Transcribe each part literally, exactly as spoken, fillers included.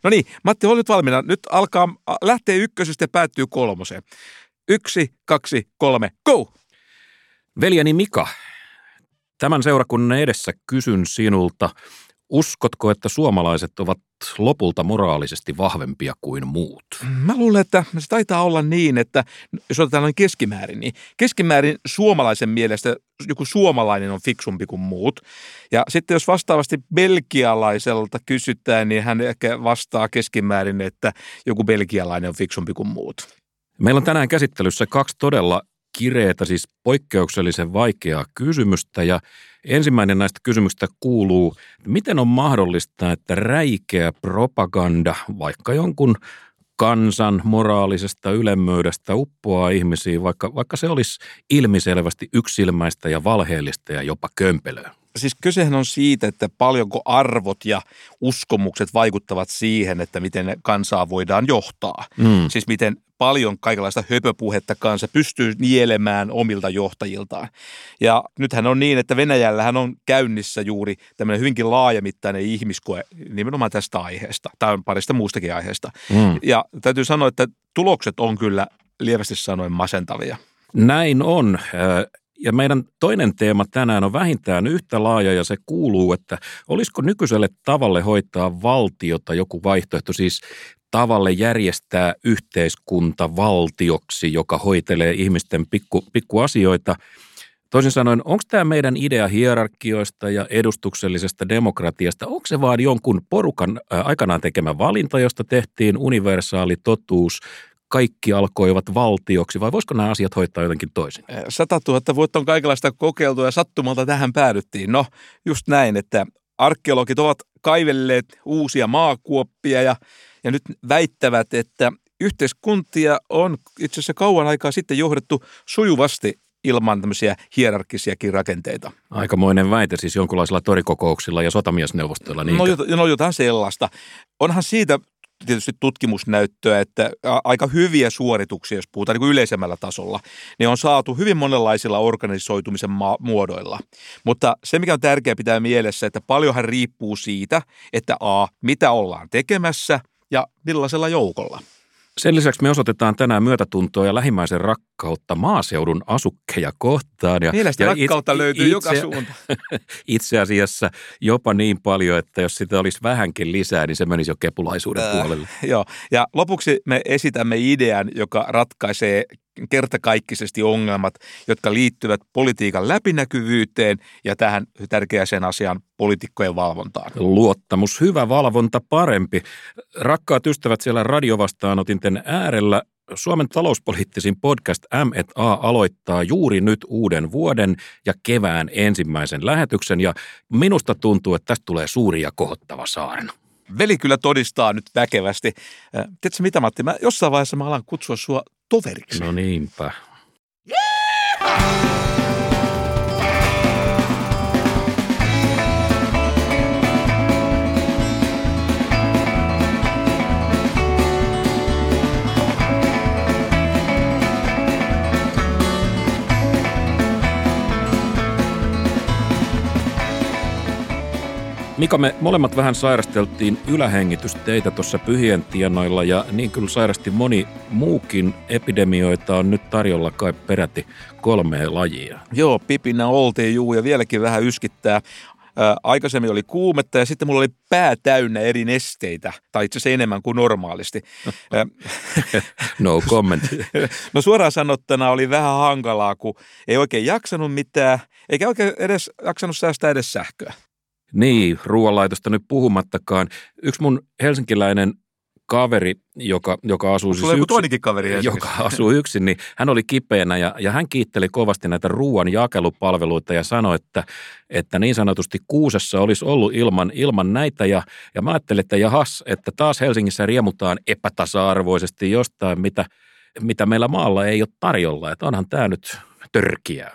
No niin, Matti, olet valmiina. Nyt alkaa, lähtee ykkösestä ja päättyy kolmoseen. Yksi, kaksi, kolme, go! Veljeni Mika, tämän seurakunnan edessä kysyn sinulta, uskotko, että suomalaiset ovat lopulta moraalisesti vahvempia kuin muut? Mä luulen, että se taitaa olla niin, että jos otetaan noin keskimäärin, niin keskimäärin suomalaisen mielestä joku suomalainen on fiksumpi kuin muut. Ja sitten jos vastaavasti belgialaiselta kysytään, niin hän ehkä vastaa keskimäärin, että joku belgialainen on fiksumpi kuin muut. Meillä on tänään käsittelyssä kaksi todella kireetä, siis poikkeuksellisen vaikeaa kysymystä, ja ensimmäinen näistä kysymyksistä kuuluu, miten on mahdollista, että räikeä propaganda, vaikka jonkun kansan moraalisesta ylemmyydestä uppoaa ihmisiin, vaikka, vaikka se olisi ilmiselvästi yksilmäistä ja valheellista ja jopa kömpelöä. Siis kysehän on siitä, että paljonko arvot ja uskomukset vaikuttavat siihen, että miten kansaa voidaan johtaa. Mm. Siis miten paljon kaikenlaista höpöpuhetta kansa pystyy nielemään omilta johtajiltaan. Ja nythän on niin, että Venäjällähän on käynnissä juuri tämmöinen hyvinkin laajamittainen ihmiskoe nimenomaan tästä aiheesta, tai parista muustakin aiheesta. Mm. Ja täytyy sanoa, että tulokset on kyllä lievästi sanoen masentavia. Näin on. Ja meidän toinen teema tänään on vähintään yhtä laaja, ja se kuuluu, että olisiko nykyiselle tavalle hoitaa valtiota joku vaihtoehto, siis tavalle järjestää yhteiskunta valtioksi, joka hoitelee ihmisten pikku, pikkuasioita. Toisin sanoen, onko tämä meidän idea hierarkioista ja edustuksellisesta demokratiasta, onko se vaan jonkun porukan aikanaan tekemä valinta, josta tehtiin universaali totuus, kaikki alkoivat valtioksi, vai voisiko nämä asiat hoitaa jotenkin toisin? Satatuhatta vuotta on kaikenlaista kokeiltu ja sattumalta tähän päädyttiin. No just näin, että arkeologit ovat kaivelleet uusia maakuoppia ja, ja nyt väittävät, että yhteiskuntia on itse asiassa kauan aikaa sitten johdettu sujuvasti ilman tämmöisiä hierarkkisiakin rakenteita. Aikamoinen väite siis jonkinlaisilla torikokouksilla ja sotamiesneuvostoilla. No, no jotain sellaista. Onhan siitä tietysti tutkimusnäyttöä, että aika hyviä suorituksia, jos puhutaan niin kuin yleisemmällä tasolla, niin on saatu hyvin monenlaisilla organisoitumisen muodoilla. Mutta se, mikä on tärkeää pitää mielessä, että paljonhan riippuu siitä, että a, mitä ollaan tekemässä ja millaisella joukolla. Sen lisäksi me osoitetaan tänään myötätuntoa ja lähimmäisen rakkautta maaseudun asukkeja kohtaan. Ja, Mielestäni ja rakkautta itse, löytyy itse, joka suunta. Itse asiassa jopa niin paljon, että jos sitä olisi vähänkin lisää, niin se menisi jo kepulaisuuden äh, puolelle. Joo, ja lopuksi me esitämme idean, joka ratkaisee kertakaikkisesti ongelmat, jotka liittyvät politiikan läpinäkyvyyteen ja tähän tärkeäseen asiaan poliitikkojen valvontaan. Luottamus, hyvä valvonta, parempi. Rakkaat ystävät siellä radiovastaanotinten äärellä, Suomen talouspoliittisin podcast M et A aloittaa juuri nyt uuden vuoden ja kevään ensimmäisen lähetyksen, ja minusta tuntuu, että tästä tulee suuri ja kohottava saarna. Veli kyllä todistaa nyt väkevästi. Tiedätkö mitä, Matti? Mä jossain vaiheessa mä alan kutsua sua toveriksi. No niinpä. Mika, me molemmat vähän sairasteltiin ylähengitysteitä tuossa pyhien tienoilla, ja niin kyllä sairasti moni muukin. Epidemioita on nyt tarjolla kai peräti kolmea lajia. Joo, pipinä oltiin juu ja vieläkin vähän yskittää. Ää, aikaisemmin oli kuumetta ja sitten mulla oli pää täynnä eri nesteitä, tai itse asiassa enemmän kuin normaalisti. No comment. No suoraan sanottuna oli vähän hankalaa, kun ei oikein jaksanut mitään, eikä oikein edes jaksanut säästää edes sähköä. Niin, ruoanlaitosta nyt puhumattakaan. Yksi mun helsinkiläinen kaveri, joka, joka asuu siis yksin, toinenkin kaveri joka asuu yksin, niin hän oli kipeänä ja, ja hän kiitteli kovasti näitä ruoan jakelupalveluita ja sanoi, että, että niin sanotusti Kuusessa olisi ollut ilman, ilman näitä. Ja, ja mä ajattelin, että jahas, että taas Helsingissä riemutaan epätasa-arvoisesti jostain, mitä, mitä meillä maalla ei ole tarjolla. Että onhan tämä nyt törkiää.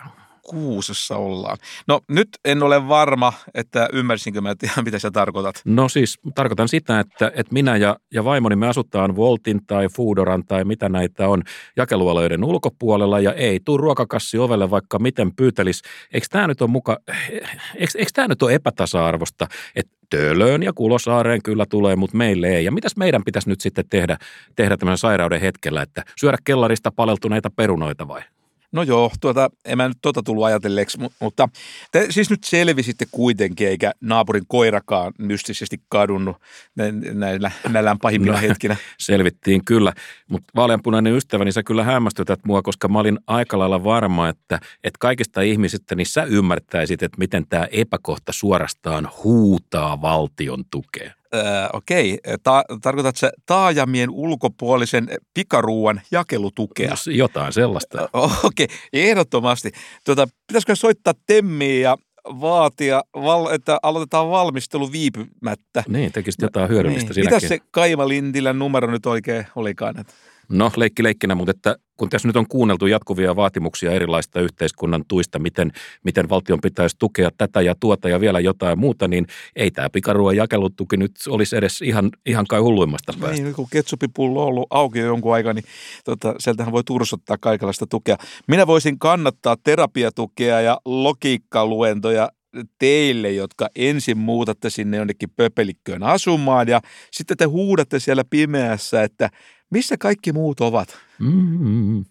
kuusessa ollaan. No nyt en ole varma, että ymmärsinkö mä, että mitä sä tarkoitat. No siis tarkoitan sitä, että, että minä ja, ja vaimoni me asutaan Voltin tai Foodoran tai mitä näitä on jakelualueiden ulkopuolella ja ei tuu ruokakassi ovelle vaikka miten pyytelis. Eikö tämä nyt ole muka, eikö, eikö tämä nyt ole epätasa-arvosta, että Töölöön ja Kulosaareen kyllä tulee, mutta meille ei. Ja mitäs meidän pitäisi nyt sitten tehdä, tehdä tämän sairauden hetkellä, että syödä kellarista paleltuneita perunoita vai? No joo, tuota, en mä nyt tota tullut ajatelleeksi, mutta te siis nyt selvisitte kuitenkin, eikä naapurin koirakaan mystisesti kadunut näillä, näillä pahimmilla no, hetkinä. Selvittiin kyllä, mutta vaaleanpunainen ystäväni, sä kyllä hämmästytät mua, koska mä olin aika lailla varma, että, että kaikista ihmisistä niin sä ymmärtäisit, että miten tämä epäkohta suorastaan huutaa valtion tukea. Öö, okei, Ta- tarkoitatko sä taajamien ulkopuolisen pikaruuan jakelutukea? No, jotain sellaista. Okei, ehdottomasti. Tuota, pitäisikö soittaa Temmiin ja vaatia, val- että aloitetaan valmistelu viipymättä? Niin, tekisit jotain hyödyllistä niin. sinäkin. Mitäs se Kaima Lintilän numero nyt oikein olikaan? No leikki leikkinä, mutta että kun tässä nyt on kuunneltu jatkuvia vaatimuksia erilaista yhteiskunnan tuista, miten, miten valtion pitäisi tukea tätä ja tuota ja vielä jotain muuta, niin ei tämä pikaruoan jakelutuki nyt olisi edes ihan, ihan kai hulluimmasta päästä. Niin, kun ketsupipullo on ollut auki jo jonkun aikaa, niin tota, sieltähän voi tursottaa kaikenlaista tukea. Minä voisin kannattaa terapiatukea ja logiikkaluentoja teille, jotka ensin muutatte sinne jonnekin pöpelikköön asumaan ja sitten te huudatte siellä pimeässä, että missä kaikki muut ovat? Mm-hmm.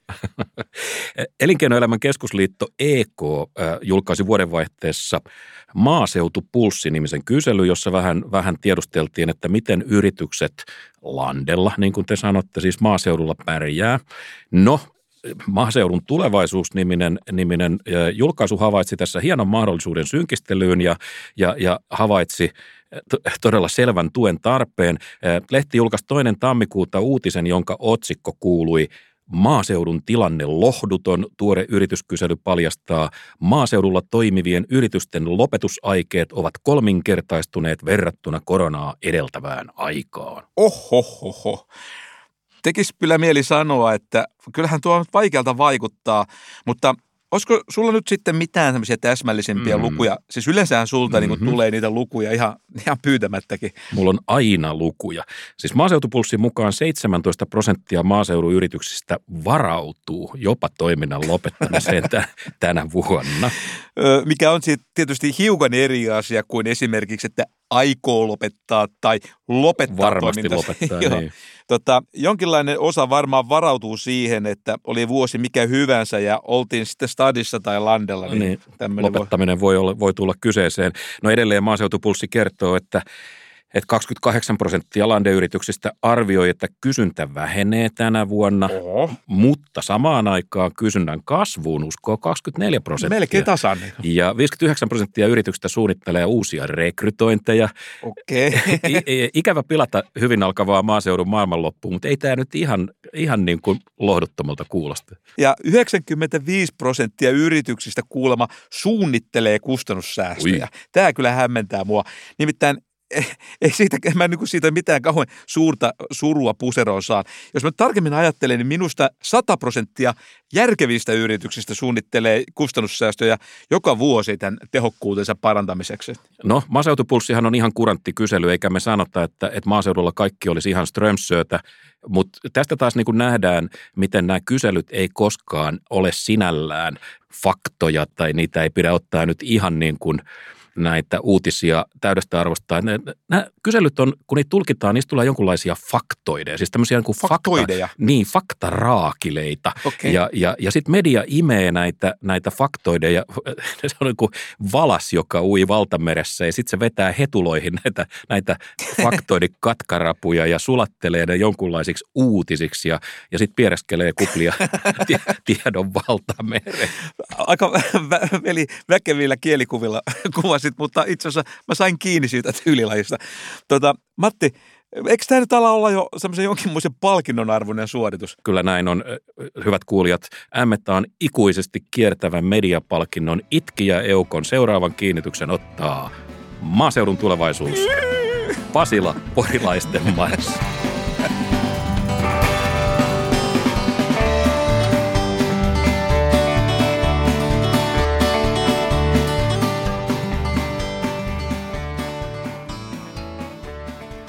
Elinkeinoelämän keskusliitto E K julkaisi vuodenvaihteessa Maaseutupulssi-nimisen kysely, jossa vähän, vähän tiedusteltiin, että miten yritykset landella, niin kuin te sanotte, siis maaseudulla pärjää. No, Maaseudun tulevaisuus-niminen niminen, julkaisu havaitsi tässä hienon mahdollisuuden synkistelyyn ja, ja, ja havaitsi todella selvän tuen tarpeen. Lehti julkaisi toinen tammikuuta uutisen, jonka otsikko kuului Maaseudun tilanne lohduton. Tuore yrityskysely paljastaa, maaseudulla toimivien yritysten lopetusaikeet ovat kolminkertaistuneet verrattuna koronaa edeltävään aikaan. Ohohoho. Tekisi kyllä mieli sanoa, että kyllähän tuo vaikealta vaikuttaa, mutta olisiko sulla nyt sitten mitään tämmöisiä täsmällisempiä mm. lukuja? Siis yleensähän sulta mm-hmm. niin tulee niitä lukuja ihan, ihan pyytämättäkin. Mulla on aina lukuja. Siis Maaseutupulssin mukaan seitsemäntoista prosenttia maaseudun yrityksistä varautuu jopa toiminnan lopettamiseen t- tänä vuonna. Mikä on sitten tietysti hiukan eri asia kuin esimerkiksi, että aikoo lopettaa tai lopettaa varmasti toimintansa. lopettaa, niin. Tota, jonkinlainen osa varmaan varautuu siihen, että oli vuosi mikä hyvänsä ja oltiin sitten stadissa tai landella. Niin niin, lopettaminen voi, olla, voi tulla kyseeseen. No edelleen Maaseutupulssi kertoo, että että kaksikymmentäkahdeksan prosenttia landeyrityksistä arvioi, että kysyntä vähenee tänä vuonna, Oho. mutta samaan aikaan kysynnän kasvuun uskoo kaksikymmentäneljä prosenttia. Melkein tasan. Ja viisikymmentäyhdeksän prosenttia yrityksistä suunnittelee uusia rekrytointeja. Okei. I- ikävä pilata hyvin alkavaa maaseudun maailmanloppuun, mutta ei tämä nyt ihan, ihan niin kuin lohduttomalta kuulosta. Ja yhdeksänkymmentäviisi prosenttia yrityksistä kuulemma suunnittelee kustannussäästöjä. Ui. Tämä kyllä hämmentää mua. Nimittäin ei siitä, mä niin siitä mitään kauhean suurta surua puseroon saan. Jos mä tarkemmin ajattelen, niin minusta sata prosenttia järkevistä yrityksistä suunnittelee kustannussäästöjä joka vuosi tämän tehokkuutensa parantamiseksi. No, Maaseutupulssihan on ihan kurantti kysely, eikä me sanota, että, että maaseudulla kaikki olisi ihan Strömsötä, mutta tästä taas niin kuin nähdään, miten nämä kyselyt ei koskaan ole sinällään faktoja tai niitä ei pidä ottaa nyt ihan niin kuin näitä uutisia täydestä arvostaa. Nämä kyselyt on, kun niitä tulkitaan, niistä tulee jonkunlaisia faktoideja. Siis tämmöisiä niin kuin faktoideja? Fakta, niin, faktaraakileita. Okay. Ja, ja, ja sitten media imee näitä, näitä faktoideja. Se on niin kuin valas, joka ui valtameressä ja sitten se vetää hetuloihin näitä, näitä faktoidikatkarapuja ja sulattelee ne jonkunlaisiksi uutisiksi ja, ja sitten piereskelee kuplia tiedon valtamereen. Aika vä- veli väkevillä kielikuvilla kuvasit, mutta itse asiassa mä sain kiinni siitä tyylilajista. Tota, Matti, eikö tämä nyt ala olla jo semmoisen jonkinmoisen palkinnon arvoinen suoritus? Kyllä näin on, hyvät kuulijat. Ämmetään ikuisesti kiertävän mediapalkinnon Itkiä Eukon seuraavan kiinnityksen ottaa Maaseudun tulevaisuus. Pasila porilaisten maissa.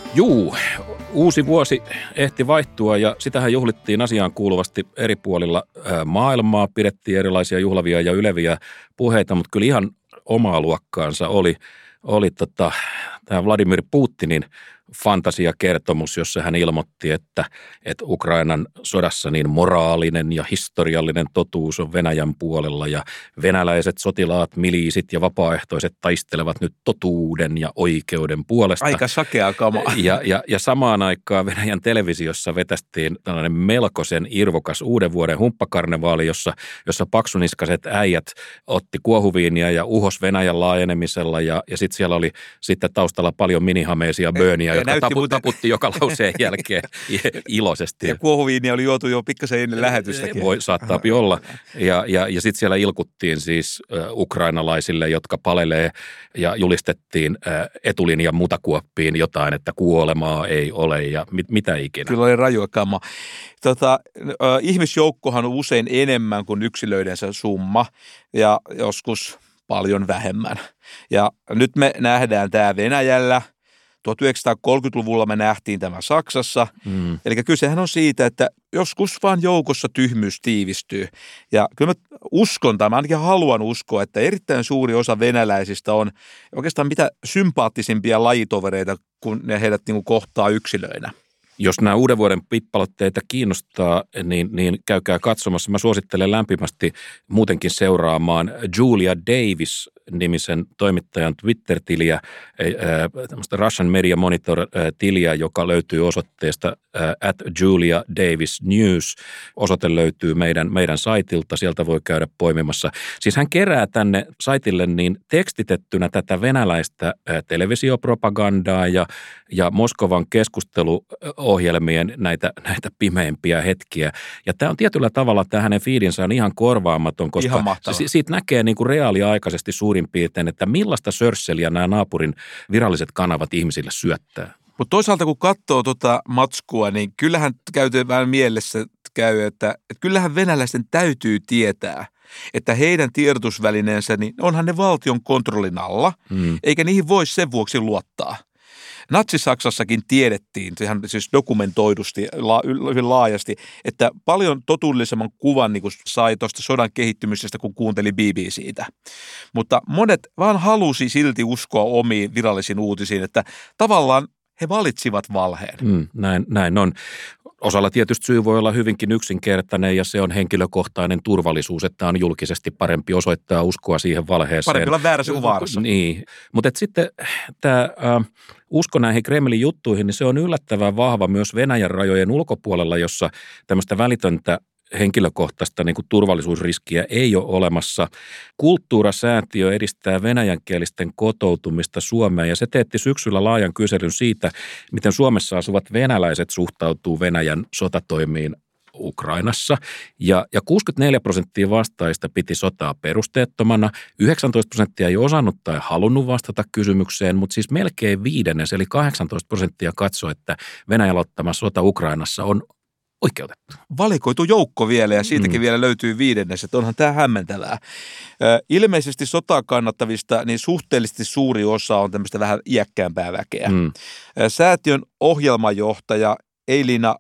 Juu, uusi vuosi ehti vaihtua ja sitähän juhlittiin asiaan kuuluvasti eri puolilla maailmaa. Pidettiin erilaisia juhlavia ja yleviä puheita, mutta kyllä ihan omaa luokkaansa oli, oli tota, tämä Vladimir Putinin fantasiakertomus, jossa hän ilmoitti, että, että Ukrainan sodassa niin moraalinen ja historiallinen totuus on Venäjän puolella ja venäläiset sotilaat, miliisit ja vapaaehtoiset taistelevat nyt totuuden ja oikeuden puolesta. Aika sakea kama. Ja, ja, ja samaan aikaan Venäjän televisiossa vetästiin tällainen melkoisen irvokas uuden vuoden humppakarnevaali, jossa, jossa paksuniskaiset äijät otti kuohuviinia ja uhos Venäjän laajenemisella ja, ja sitten siellä oli sitten taustalla paljon minihameisia bööniä, jotka tapu, muuten... taputti joka lauseen jälkeen iloisesti. Ja kuohuviinia oli juotu jo pikkasen ennen lähetystäkin. Voi, saattaa olla. Ja, ja, ja sitten siellä ilkuttiin siis uh, ukrainalaisille, jotka palelee ja julistettiin uh, etulinjan mutakuoppiin jotain, että kuolemaa ei ole ja mit, mitä ikinä. Kyllä oli rajua kama. Tota, uh, ihmisjoukkohan on usein enemmän kuin yksilöidensä summa ja joskus paljon vähemmän. Ja nyt me nähdään tämä Venäjällä. tuhatyhdeksänsataakolmekymmentäluvulla me nähtiin tämä Saksassa. Mm. Eli kysehän on siitä, että joskus vaan joukossa tyhmyys tiivistyy. Ja kyllä mä uskon, tai mä ainakin haluan uskoa, että erittäin suuri osa venäläisistä on oikeastaan mitä sympaattisimpia lajitovereita, kun ne heidät niin kuin kohtaa yksilöinä. Jos nämä uuden vuoden pippalot teitä kiinnostaa, niin, niin käykää katsomassa. Mä suosittelen lämpimästi muutenkin seuraamaan Julia Davis-nimisen toimittajan Twitter-tiliä, tämmöistä Russian Media Monitor-tiliä, joka löytyy osoitteesta at Julia Davis News. Osoite löytyy meidän, meidän saitilta, sieltä voi käydä poimimassa. Siis hän kerää tänne saitille niin tekstitettynä tätä venäläistä televisiopropagandaa ja, ja Moskovan keskustelu ohjelmien näitä, näitä pimeimpiä hetkiä. Ja tämä on tietyllä tavalla, tämä hänen feedinsä on ihan korvaamaton, koska si- siitä näkee niin kuin reaaliaikaisesti suurin piirtein, että millaista sörsseliä nämä naapurin viralliset kanavat ihmisille syöttää. Mutta toisaalta kun katsoo tuota matskua, niin kyllähän käyty vähän mielessä käy, että, että kyllähän venäläisten täytyy tietää, että heidän tiedotusvälineensä, niin onhan ne valtion kontrollin alla, mm. eikä niihin voi sen vuoksi luottaa. Natsi-Saksassakin tiedettiin, ihan siis dokumentoidusti hyvin laajasti, että paljon totuudellisemman kuvan niin kuin sai tuosta sodan kehittymisestä, kun kuunteli B B C:tä. Mutta monet vaan halusi silti uskoa omiin virallisiin uutisiin, että tavallaan he valitsivat valheen. Mm, näin, näin on. Osalla tietysti syy voi olla hyvinkin yksinkertainen ja se on henkilökohtainen turvallisuus, että on julkisesti parempi osoittaa uskoa siihen valheeseen. Parempi olla väärässä kuin vaarassa. Niin, mutta sitten tämä äh, usko näihin Kremlin juttuihin, niin se on yllättävän vahva myös Venäjän rajojen ulkopuolella, jossa tämmöistä välitöntä henkilökohtaista niin kuin turvallisuusriskiä ei ole olemassa. Kulttuurasäätiö edistää venäjänkielisten kotoutumista Suomeen ja se teetti syksyllä laajan kyselyn siitä, miten Suomessa asuvat venäläiset suhtautuu Venäjän sotatoimiin Ukrainassa. Ja, ja kuusikymmentäneljä prosenttia vastaajista piti sotaa perusteettomana, yhdeksäntoista prosenttia ei osannut tai halunnut vastata kysymykseen, mutta siis melkein viidennes eli kahdeksantoista prosenttia katsoi, että Venäjän aloittama sota Ukrainassa on oikeutettu. Valikoitu joukko vielä ja siitäkin mm. vielä löytyy viidennes, että onhan tämä hämmentävää. Ilmeisesti sotaa kannattavista niin suhteellisesti suuri osa on tämmöistä vähän iäkkäämpää väkeä. Mm. Säätiön ohjelmajohtaja Elina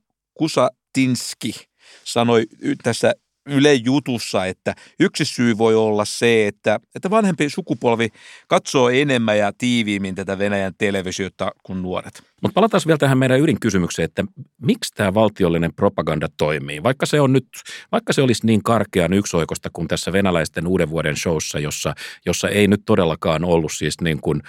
Kusatinski sanoi tässä Ylen jutussa, että yksi syy voi olla se, että, että vanhempi sukupolvi katsoo enemmän ja tiiviimmin tätä Venäjän televisiota kuin nuoret. Mutta palataan vielä tähän meidän ydinkysymykseen, että miksi tämä valtiollinen propaganda toimii? Vaikka se on nyt, vaikka se olisi niin karkean yksioikosta kuin tässä venäläisten uuden vuoden showssa, jossa, jossa ei nyt todellakaan ollut siis niin kuin,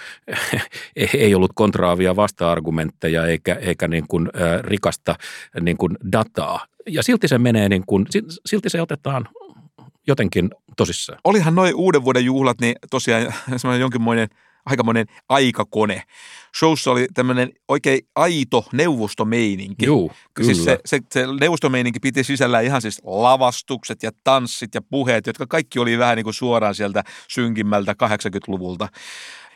ei ollut kontraavia vasta-argumentteja eikä, eikä niin kuin, äh, rikasta niin kuin dataa. Ja silti se menee niin kuin, silti se otetaan jotenkin tosissaan. Olihan noi uuden vuoden juhlat, niin tosiaan semmoinen jonkinmoinen aikamoinen aikakone. Showssa oli tämmöinen oikein aito neuvostomeininki. Juu, kyllä. Siis se, se, se neuvostomeininki piti sisällään ihan siis lavastukset ja tanssit ja puheet, jotka kaikki oli vähän niin kuin suoraan sieltä synkimmältä kahdeksankymmentäluvulta. Ja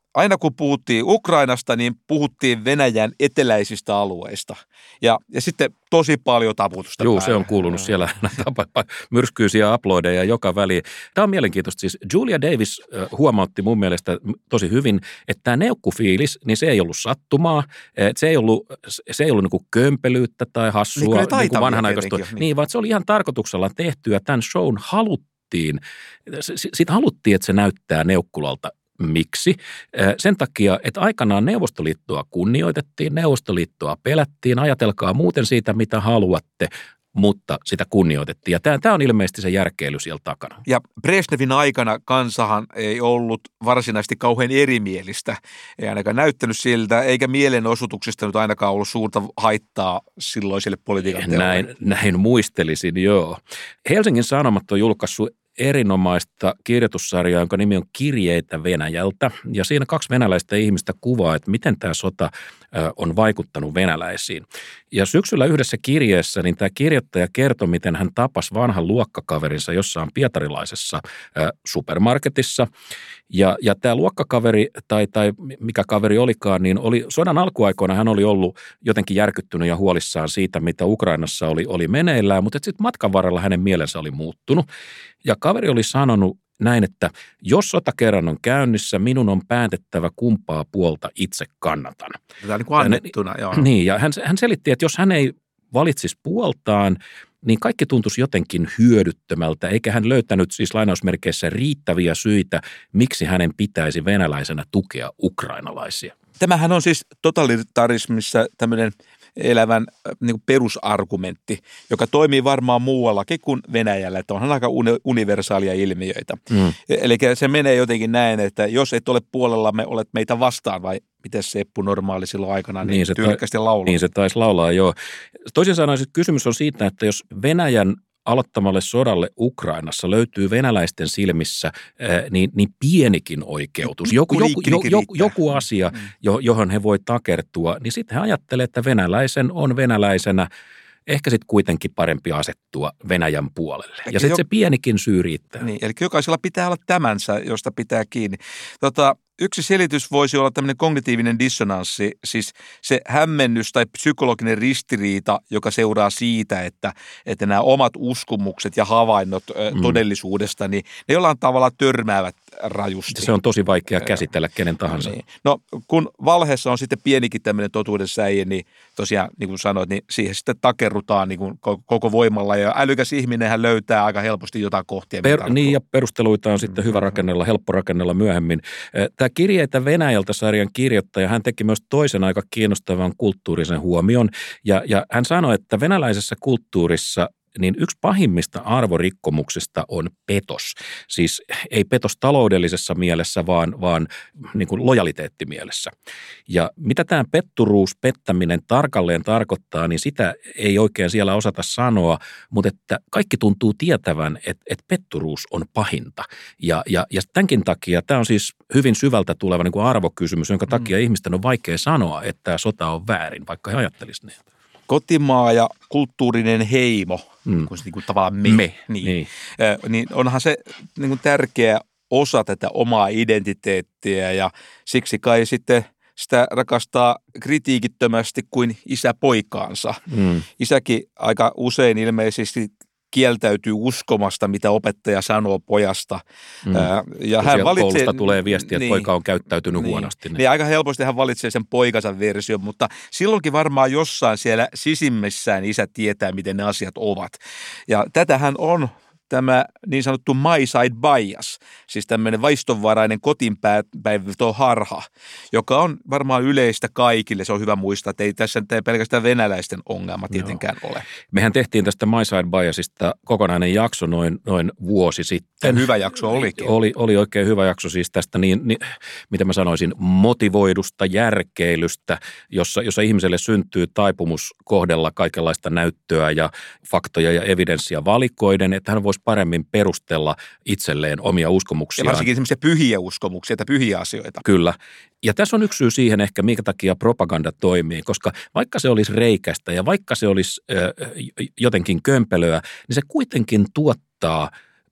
aina kun puhuttiin Ukrainasta, niin puhuttiin Venäjän eteläisistä alueista. Ja, ja sitten tosi paljon taputusta. Joo, se on kuulunut siellä myrskyisiä uploadeja joka väliin. Tämä on mielenkiintoista. Siis Julia Davis huomautti mun mielestä tosi hyvin, että tämä neukkufiilis, niin se ei ollut sattumaa. Se ei ollut, se ei ollut niin kuin kömpelyyttä tai hassua, niin, niin kuin vanhanaikaista. Niin. niin, vaan se oli ihan tarkoituksella tehtyä. Tämän shown haluttiin, siitä haluttiin, että se näyttää neukkulalta. Miksi? Sen takia, että aikanaan Neuvostoliittoa kunnioitettiin, Neuvostoliittoa pelättiin, ajatelkaa muuten siitä, mitä haluatte, mutta sitä kunnioitettiin. Ja tämä, tämä on ilmeisesti se järkeily siellä takana. Ja Brezhnevin aikana kansahan ei ollut varsinaisesti kauhean erimielistä, ei ainakaan näyttänyt siltä, eikä mielenosoituksista nyt ainakaan ollut suurta haittaa silloiselle politiikan teolle. Näin, näin muistelisin, joo. Helsingin Sanomat on julkaissut erinomaista kirjoitussarjaa, jonka nimi on Kirjeitä Venäjältä. Ja siinä kaksi venäläistä ihmistä kuvaa, että miten tämä sota on vaikuttanut venäläisiin. Ja syksyllä yhdessä kirjeessä niin tämä kirjoittaja kertoi, miten hän tapasi vanhan luokkakaverinsa jossain pietarilaisessa supermarketissa. Ja, ja tämä luokkakaveri, tai, tai mikä kaveri olikaan, niin oli sodan alkuaikoina hän oli ollut jotenkin järkyttynyt ja huolissaan siitä, mitä Ukrainassa oli, oli meneillään, mutta sitten matkan varrella hänen mielensä oli muuttunut. Ja kaveri oli sanonut näin, että jos sota kerran on käynnissä, minun on päätettävä kumpaa puolta itse kannatan. Tämä on niin kuin annettuna, joo. Niin, ja hän, hän selitti, että jos hän ei valitsisi puoltaan, niin kaikki tuntuisi jotenkin hyödyttömältä, eikä hän löytänyt siis lainausmerkeissä riittäviä syitä, miksi hänen pitäisi venäläisenä tukea ukrainalaisia. Tämähän on siis totalitarismissa tämmöinen elävän niin kuin perusargumentti, joka toimii varmaan muuallakin kuin Venäjällä, että onhan aika universaalia ilmiöitä. Mm. Eli se menee jotenkin näin, että jos et ole puolellamme, olet meitä vastaan, vai miten Seppu normaali silloin aikana niin, niin tyylikkästi laulaa? Niin se taisi laulaa, joo. Toisin sanoen kysymys on siitä, että jos Venäjän aloittamalle sodalle Ukrainassa löytyy venäläisten silmissä niin, niin pienikin oikeutus, joku, joku, joku, joku asia, johon he voi takertua, niin sitten he ajattelee, että venäläisen on venäläisenä ehkä sitten kuitenkin parempi asettua Venäjän puolelle. Ja sitten se pienikin syy riittää. Niin, eli jokaisella pitää olla tämänsä, josta pitää kiinni. Tota, yksi selitys voisi olla tämmöinen kognitiivinen dissonanssi, siis se hämmennys tai psykologinen ristiriita, joka seuraa siitä, että, että nämä omat uskomukset ja havainnot mm. todellisuudesta, niin ne jollain tavalla törmäävät rajusti. Se on tosi vaikea käsitellä kenen tahansa. Niin. No kun valheessa on sitten pienikin tämmöinen totuuden säie, niin tosiaan niin kuin sanoit, niin siihen sitten takerrutaan niin kuin koko voimalla ja älykäs ihminenhän löytää aika helposti jotain kohtia. Per, niin ja perusteluita on sitten hyvä rakennella, helppo rakennella myöhemmin. Tämä Kirjeitä Venäjältä -sarjan kirjoittaja, hän teki myös toisen aika kiinnostavan kulttuurisen huomion ja, ja hän sanoi, että venäläisessä kulttuurissa niin yksi pahimmista arvorikkomuksista on petos. Siis ei petos taloudellisessa mielessä, vaan, vaan niin kuin lojaliteettimielessä. Ja mitä tämä petturuus, pettäminen tarkalleen tarkoittaa, niin sitä ei oikein siellä osata sanoa, mutta että kaikki tuntuu tietävän, että, että petturuus on pahinta. Ja, ja, ja tämänkin takia tämä on siis hyvin syvältä tuleva niin kuin arvokysymys, jonka takia mm. ihmisten on vaikea sanoa, että tämä sota on väärin, vaikka he ajattelisivat niin. Kotimaa ja kulttuurinen heimo, mm. kun se niin kuin tavallaan me, me. Niin, niin. Äh, niin onhan se niin kuin tärkeä osa tätä omaa identiteettiä ja siksi kai sitten sitä rakastaa kritiikittömästi kuin isä poikaansa. Mm. Isäkin aika usein ilmeisesti kieltäytyy uskomasta, mitä opettaja sanoo pojasta. Mm. Ää, ja hän valitsee, koulusta tulee viestiä, että niin, poika on käyttäytynyt niin, huonosti. Niin aika helposti hän valitsee sen poikansa version, mutta silloinkin varmaan jossain siellä sisimmissään isä tietää, miten ne asiat ovat. Ja tätähän on tämä niin sanottu my side bias, siis tämmöinen vaistonvarainen kotiinpäivä harha, joka on varmaan yleistä kaikille. Se on hyvä muistaa, että ei tässä ei pelkästään venäläisten ongelma tietenkään Joo. ole. Mehän tehtiin tästä my side biasista kokonainen jakso noin, noin vuosi sitten. Hyvä jakso olikin. Oli, oli oikein hyvä jakso siis tästä, niin, niin, mitä mä sanoisin, motivoidusta järkeilystä, jossa, jossa ihmiselle syntyy taipumus kohdella kaikenlaista näyttöä ja faktoja ja evidenssiä valikoiden, että hän voisi paremmin perustella itselleen omia uskomuksiaan. Ja varsinkin semmoisia pyhiä uskomuksia tai pyhiä asioita. Kyllä. Ja tässä on yksi syy siihen ehkä, minkä takia propaganda toimii, koska vaikka se olisi reikästä ja vaikka se olisi ö, jotenkin kömpelöä, niin se kuitenkin tuottaa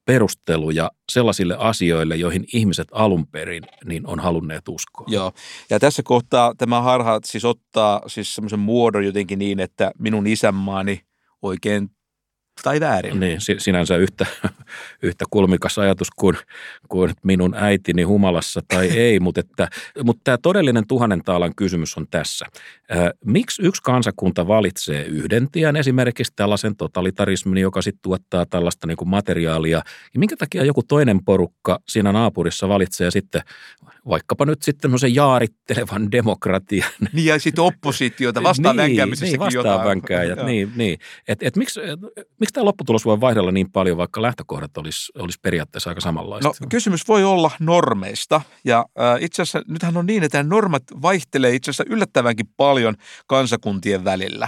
perusteluja sellaisille asioille, joihin ihmiset alun perin niin on halunneet uskoa. Joo, ja tässä kohtaa tämä harha siis ottaa siis semmoisen muodon jotenkin niin, että minun isänmaani oikein tai väärin. Niin, sinänsä yhtä, yhtä kulmikas ajatus kuin, kuin minun äitini humalassa tai ei, mutta, että, mutta tämä todellinen tuhannen taalan kysymys on tässä. Ää, miksi yksi kansakunta valitsee yhden tien, esimerkiksi tällaisen totalitarismin, joka sitten tuottaa tällaista niin kuin materiaalia, ja minkä takia joku toinen porukka siinä naapurissa valitsee sitten vaikkapa nyt sitten semmoisen jaarittelevan demokratian. Niin ja sitten oppositiota, vastaan niin, vänkäämisessäkin niin, vastaan jotain. vänkääjät, niin, niin. Että et miksi, et, miksi tämä lopputulos voi vaihdella niin paljon, vaikka lähtökohdat olisi, olisi periaatteessa aika samanlaiset? No kysymys voi olla normeista ja äh, itse asiassa nythän on niin, että normat vaihtelee itse asiassa yllättävänkin paljon kansakuntien välillä.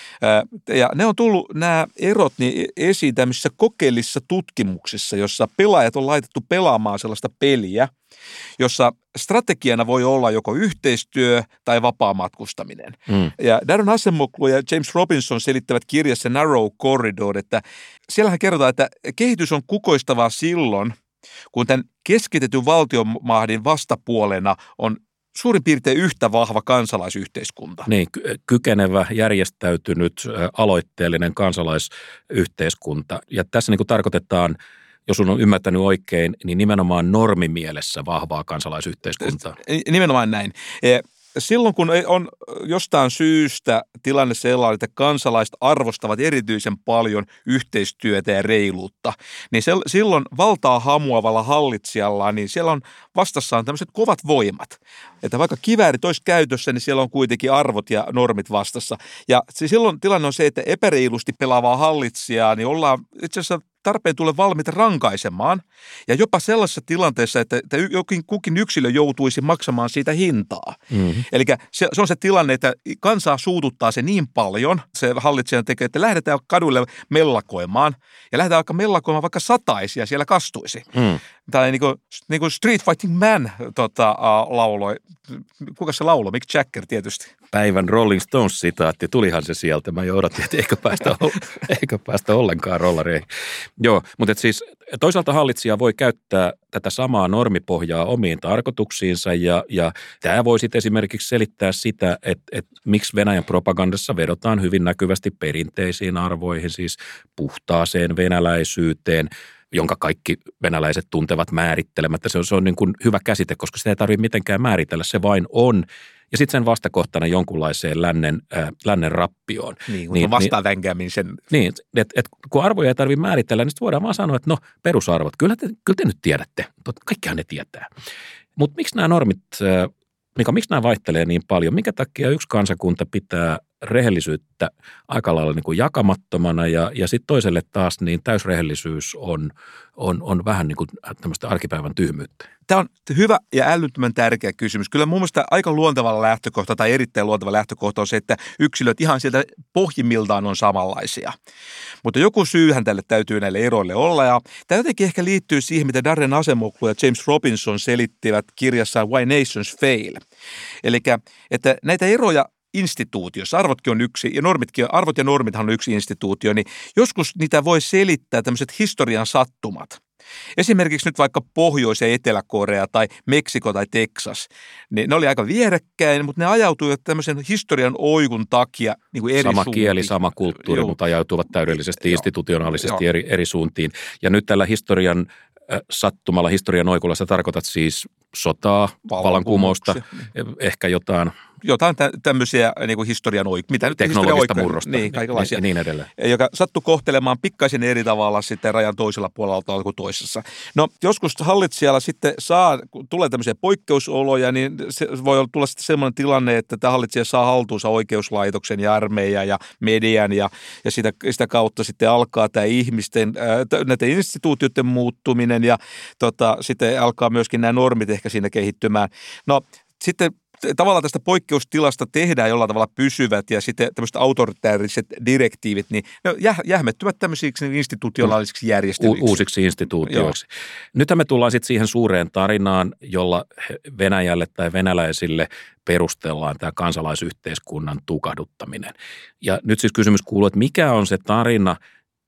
Äh, ja ne on tullut nämä erot niin esiin tämmöisissä kokeellisissa tutkimuksissa, jossa pelaajat on laitettu pelaamaan sellaista peliä, jossa strategiana voi olla joko yhteistyö tai vapaa matkustaminen. Mm. Ja Darren Acemoglu ja James Robinson selittävät kirjassa Narrow Corridor, että siellähän kerrotaan, että kehitys on kukoistavaa silloin, kun tämän keskitetyn valtionmahdin vastapuolena on suurin piirtein yhtä vahva kansalaisyhteiskunta. Niin, ky- kykenevä, järjestäytynyt, aloitteellinen kansalaisyhteiskunta. Ja tässä niin kuin tarkoitetaan, jos on ymmärtänyt oikein, niin nimenomaan normimielessä vahvaa kansalaisyhteiskuntaa. Nimenomaan näin. Silloin kun on jostain syystä tilanne sellainen, että kansalaiset arvostavat erityisen paljon yhteistyötä ja reiluutta, niin se, silloin valtaa hamuavalla hallitsijalla, niin siellä on vastassaan tämmöiset kovat voimat. Että vaikka kiväärit olisi käytössä, niin siellä on kuitenkin arvot ja normit vastassa. Ja silloin tilanne on se, että epäreilusti pelaavaa hallitsijaa, niin ollaan itse asiassa tarpeen tulee valmiita rankaisemaan ja jopa sellaisessa tilanteessa, että, että jokin kukin yksilö joutuisi maksamaan siitä hintaa. Mm-hmm. Eli se, se on se tilanne, että kansaa suututtaa se niin paljon, se hallitsija tekee, että lähdetään kaduille mellakoimaan ja lähdetään vaikka mellakoimaan vaikka sataisia siellä kastuisi. Mm. Tai niin kuin, niin kuin Street Fighting Man tota, uh, lauloi. Kuka se lauloi? Mick Jagger tietysti. Päivän Rolling Stones-sitaatti. Tulihan se sieltä. Mä jo odotin, että eikö päästä, eikö päästä ollenkaan rollareihin. Joo, mutta siis toisaalta hallitsija voi käyttää tätä samaa normipohjaa omiin tarkoituksiinsa ja, ja tämä voi sitten esimerkiksi selittää sitä, että, että miksi Venäjän propagandassa vedotaan hyvin näkyvästi perinteisiin arvoihin, siis puhtaaseen venäläisyyteen, jonka kaikki venäläiset tuntevat määrittelemättä. Se on, se on niin kuin hyvä käsite, koska sitä ei tarvitse mitenkään määritellä, se vain on. Ja sitten sen vastakohtana jonkunlaiseen lännen, äh, lännen rappioon. Niin, kun niin, on vastaan vänkäämisen. Niin, että et, kun arvoja ei tarvitse määritellä, niin sitten voidaan vaan sanoa, että no perusarvot, kyllä te, kyllä te nyt tiedätte. Kaikkihan ne tietää. Mutta miksi nämä normit, äh, Mika, miksi nämä vaihtelee niin paljon? Minkä takia yksi kansakunta pitää rehellisyyttä aika lailla niin kuin jakamattomana ja, ja sitten toiselle taas niin täysrehellisyys on, on, on vähän niin kuin tämmöistä arkipäivän tyhmyyttä? Tämä on hyvä ja älyttömän tärkeä kysymys. Kyllä mun mielestä aika luonteva lähtökohta tai erittäin luonteva lähtökohta on se, että yksilöt ihan sieltä pohjimmiltaan on samanlaisia. Mutta joku syyhän tälle täytyy näille eroille olla ja tämä jotenkin ehkä liittyy siihen, mitä Darren Acemoglu ja James Robinson selittivät kirjassaan Why Nations Fail. Eli että näitä eroja instituutiossa, arvotkin on yksi, ja normitkin, arvot ja normithan on yksi instituutio, niin joskus niitä voi selittää tämmöiset historian sattumat. Esimerkiksi nyt vaikka Pohjois- ja Etelä-Korea tai Meksiko tai Texas, niin ne oli aika vierekkäin, mutta ne ajautuivat tämmöisen historian oikun takia niin kuin eri Sama suuntiin. kieli, sama kulttuuri, Joo. mutta ajautuvat täydellisesti Joo. institutionaalisesti eri, eri suuntiin. Ja nyt tällä historian sattumalla, historian oikulla sä tarkoitat siis sotaa, vallankumousta, ehkä jotain jotain tä- tämmöisiä niin kuin historian oik- mitä nyt teknologista murrosta, niin, kaikenlaisia, ja niin edelleen. Joka sattui kohtelemaan pikkaisen eri tavalla sitten rajan toisella puolella kuin toisessa. No joskus hallitsijalla sitten saa, kun tulee tämmöisiä poikkeusoloja, niin se voi tulla sitten semmoinen tilanne, että tämä hallitsija saa haltuunsa oikeuslaitoksen ja armeijan ja median ja, ja sitä, sitä kautta sitten alkaa tämä ihmisten, ää, näiden instituutioiden muuttuminen ja tota, sitten alkaa myöskin nämä normit ehkä siinä kehittymään. No sitten tavallaan tästä poikkeustilasta tehdään jollain tavalla pysyvät ja sitten tämmöiset autoritääriset direktiivit, niin ne jäh- jähmettyvät tämmöisiksi institutionaalisiksi järjestelyiksi. U- uusiksi instituutioiksi. Joo. Nythän me tullaan sitten siihen suureen tarinaan, jolla Venäjälle tai venäläisille perustellaan tämä kansalaisyhteiskunnan tukahduttaminen. Ja nyt siis kysymys kuuluu, että mikä on se tarina,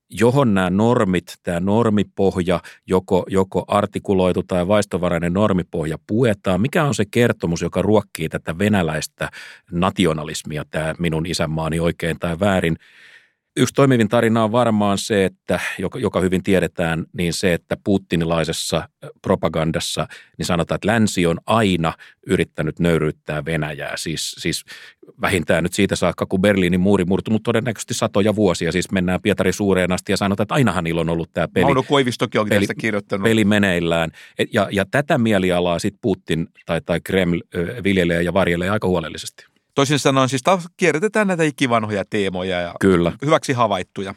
johon nämä normit, tämä normipohja, joko, joko artikuloitu tai vaistovarainen normipohja puetaan. Mikä on se kertomus, joka ruokkii tätä venäläistä nationalismia, tämä minun isänmaani oikein tai väärin? Yksi toimivin tarina on varmaan se, että, joka, joka hyvin tiedetään, niin se, että putinilaisessa propagandassa niin sanotaan, että länsi on aina yrittänyt nöyryyttää Venäjää. Siis, siis vähintään nyt siitä saakka, kun Berliinin muuri murtunut todennäköisesti satoja vuosia. Siis mennään Pietari Suureen asti ja sanotaan, että ainahan niillä on ollut tämä peli. Mauno Koivistokin onkin tästä kirjoittanut. Peli meneillään. Ja, ja tätä mielialaa sitten Putin tai, tai Kreml viljelee ja varjelee aika huolellisesti. Toisin sanoen siis taas kierrätetään näitä ikivanhoja teemoja ja Kyllä. hyväksi havaittuja.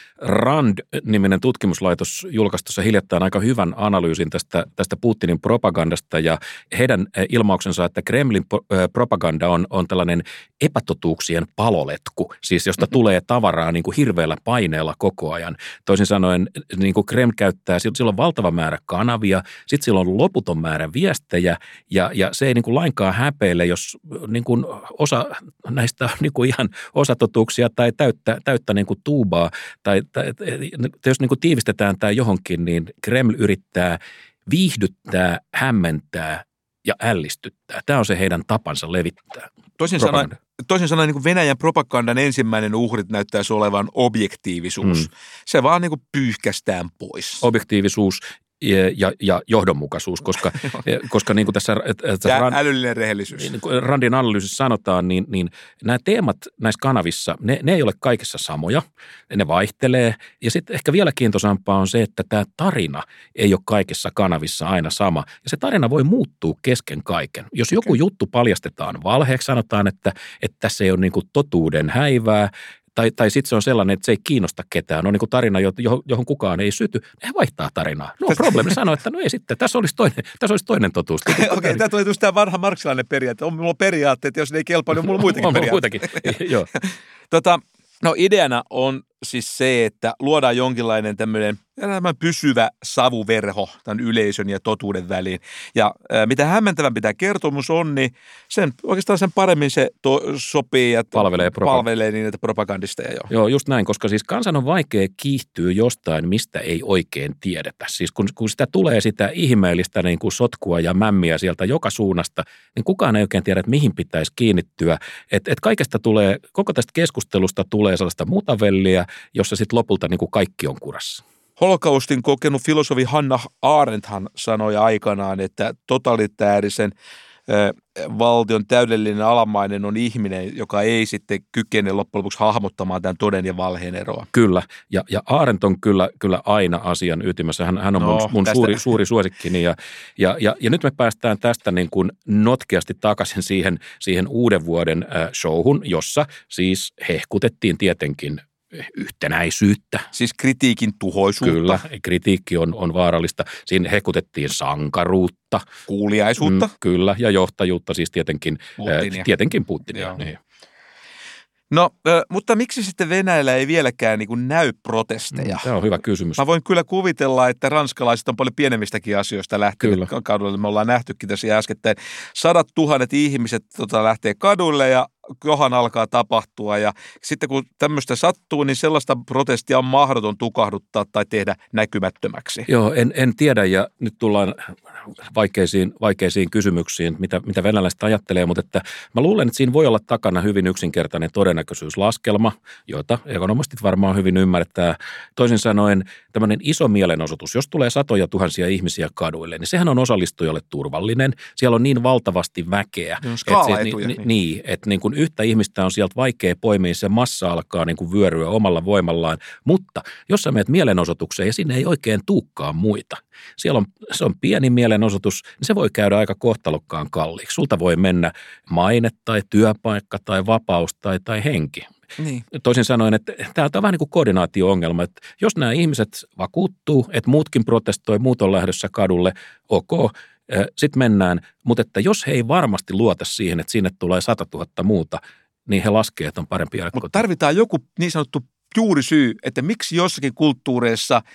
Rand-niminen tutkimuslaitos julkaisi tuossa hiljattain aika hyvän analyysin tästä, tästä Putinin propagandasta ja heidän ilmauksensa, että Kremlin propaganda on, on tällainen epätotuuksien paloletku, siis josta tulee tavaraa niin kuin hirveällä paineella koko ajan. Toisin sanoen niin kuin Kreml käyttää, sillä on valtava määrä kanavia, sitten sillä on loputon määrä viestejä ja, ja se ei niin kuin lainkaan häpeile, jos niin kuin osa näistä on niin kuin ihan osatotuuksia tai täyttä, täyttä niin kuin tuubaa tai jos niin kuin tiivistetään tämä johonkin, niin Kreml yrittää viihdyttää, hämmentää ja ällistyttää. Tämä on se heidän tapansa levittää. Toisin sanoen, toisin sanoen niin kuin Venäjän propagandan ensimmäinen uhrit näyttäisi olevan objektiivisuus. Mm. Se vaan niin kuin pyyhkästään pois. Objektiivisuus ja, ja, ja johdonmukaisuus, koska, koska niin kuin tässä, tässä Rand, älyllinen rehellisyys. Niin kuin Randin analyysissä sanotaan, niin, niin nämä teemat näissä kanavissa, ne, ne ei ole kaikessa samoja, ne vaihtelee. Ja sitten ehkä vielä kiintoisampaa on se, että tämä tarina ei ole kaikissa kanavissa aina sama. Ja se tarina voi muuttua kesken kaiken. Jos joku okay. juttu paljastetaan valheeksi, sanotaan, että, että tässä ei ole niin kuin totuuden häivää, Tai, tai sitten se on sellainen, että se ei kiinnosta ketään. On niin kuin tarina, johon kukaan ei syty. Ne vaihtaa tarinaa. No problem. Ne sanoo, että no ei sitten. Tässä olisi toinen, tässä olisi toinen totuus. Okei, okay, tämä tulee just tämä vanha marksilainen periaate. On mulla periaatteet, jos ne ei kelpaa, niin on mulla muitakin on periaatteita. muitakin, joo. tota, no ideana on siis se, että luodaan jonkinlainen tämmöinen pysyvä savuverho tämän yleisön ja totuuden väliin. Ja ää, mitä hämmentävämpi tämä kertomus on, niin sen, oikeastaan sen paremmin se to, sopii ja palvelee, palvelee niin, että propagandisteja jo. Joo, just näin, koska siis kansan on vaikea kiihtyä jostain, mistä ei oikein tiedetä. Siis kun, kun sitä tulee sitä ihmeellistä niin kuin sotkua ja mämmiä sieltä joka suunnasta, niin kukaan ei oikein tiedä, että mihin pitäisi kiinnittyä. Että et kaikesta tulee, koko tästä keskustelusta tulee sellaista mutavellia, jossa sitten lopulta niin kuin kaikki on kurassa. Holokaustin kokenut filosofi Hannah Arendthan sanoi aikanaan, että totalitäärisen valtion täydellinen alamainen on ihminen, joka ei sitten kykene loppujen lopuksi hahmottamaan tämän toden ja valheen eroa. Kyllä, ja, ja Arendt on kyllä, kyllä aina asian ytimessä. Hän, hän on no, mun, mun suuri, suuri suosikkini, ja, ja, ja, ja nyt me päästään tästä niin kuin notkeasti takaisin siihen, siihen uuden vuoden showhun, jossa siis hehkutettiin tietenkin yhtenäisyyttä. Siis kritiikin tuhoisuutta. Kyllä, kritiikki on, on vaarallista. Siinä hehkutettiin sankaruutta. Kuuliaisuutta. Mm, kyllä, ja johtajuutta, siis tietenkin Putinia. Äh, tietenkin Putinia. Niin. No, mutta miksi sitten Venäjällä ei vieläkään niin kuin näy protesteja? Tämä on hyvä kysymys. Mä voin kyllä kuvitella, että ranskalaiset on paljon pienemmistäkin asioista lähtenyt kadulle. Me ollaan nähtykin tässä äskettäin. Sadat tuhannet ihmiset tota, lähtee kadulle ja kohan alkaa tapahtua. Ja sitten kun tämmöistä sattuu, niin sellaista protestia on mahdoton tukahduttaa tai tehdä näkymättömäksi. Joo, en, en tiedä ja nyt tullaan vaikeisiin, vaikeisiin kysymyksiin, mitä, mitä venäläiset ajattelee, mutta että mä luulen, että siinä voi olla takana hyvin yksinkertainen todennäköisyyslaskelma, jota ekonomistit varmaan hyvin ymmärtää. Toisin sanoen tämmöinen iso mielenosoitus, jos tulee satoja tuhansia ihmisiä kaduille, niin sehän on osallistujalle turvallinen. Siellä on niin valtavasti väkeä. No, skaalaetuja. Niin, niin, että niin kuin yhtä ihmistä on sieltä vaikea poimia, se massa alkaa niin kuin vyöryä omalla voimallaan, mutta jos sä menet mielenosoitukseen ja sinne ei oikein tuukkaan muita, siellä on, se on pieni mielenosoitus, niin se voi käydä aika kohtalokkaan kalliiksi. Sulta voi mennä maine tai työpaikka tai vapaus tai, tai henki. Niin. Toisin sanoen, että tämä on vähän niin kuin koordinaatio-ongelma, että jos nämä ihmiset vakuuttuu, että muutkin protestoi, muut on lähdössä kadulle, ok, sitten mennään, mutta että jos he ei varmasti luota siihen, että sinne tulee sata tuhatta muuta, niin he laskee, että on parempi jäädä. Mutta tarvitaan joku niin sanottu juurisyy, että miksi jossakin kulttuureissa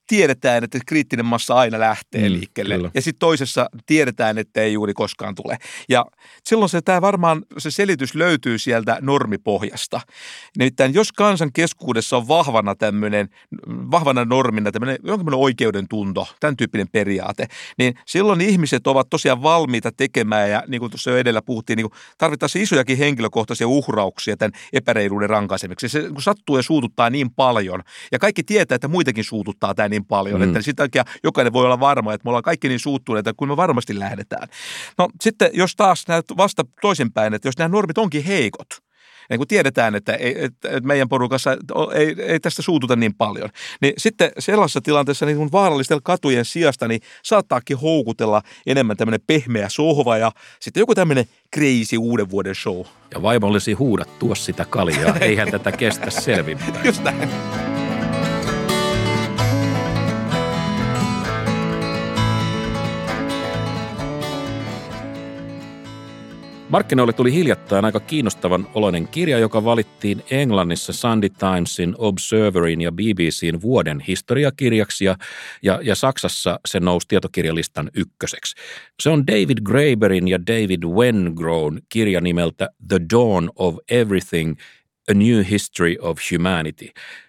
tiedetään, että kriittinen massa aina lähtee mm, liikkeelle. Kyllä. Ja sitten toisessa tiedetään, että ei juuri koskaan tule. Ja silloin se tämä varmaan se selitys löytyy sieltä normipohjasta. Nimittäin jos kansan keskuudessa on vahvana tämmöinen, vahvana normina tämmöinen jonkinlainen oikeuden tunto, tämän tyyppinen periaate, niin silloin ihmiset ovat tosiaan valmiita tekemään ja niin kuin tuossa jo edellä puhuttiin, niin tarvitaan isojakin henkilökohtaisia uhrauksia tämän epäreiluuden rankaisemiseksi. Se kun sattuu ja suututtaa niin paljon ja kaikki tietää, että muitakin suututtaa tämä niin paljon, mm. että sitä takia jokainen voi olla varma, että me ollaan kaikki niin suuttuneita, kuin me varmasti lähdetään. No sitten jos taas näet vasta toisinpäin, että jos nämä normit onkin heikot, niin kun tiedetään, että, ei, että meidän porukassa ei, ei tästä suututa niin paljon, niin sitten sellaisessa tilanteessa niin kun vaarallisten katujen sijasta niin saattaakin houkutella enemmän tämmöinen pehmeä sohva ja sitten joku tämmöinen crazy uuden vuoden show. Ja vaimo olisi huudattua sitä kaljaa, eihän tätä kestä selvinpäin. Just näin. Markkinoille tuli hiljattain aika kiinnostavan oloinen kirja, joka valittiin Englannissa Sunday Timesin, Observerin ja B B C:n vuoden historiakirjaksi ja, ja, ja Saksassa se nousi tietokirjalistan ykköseksi. Se on David Graeberin ja David Wengrown kirja nimeltä The Dawn of Everything, A New History of Humanity.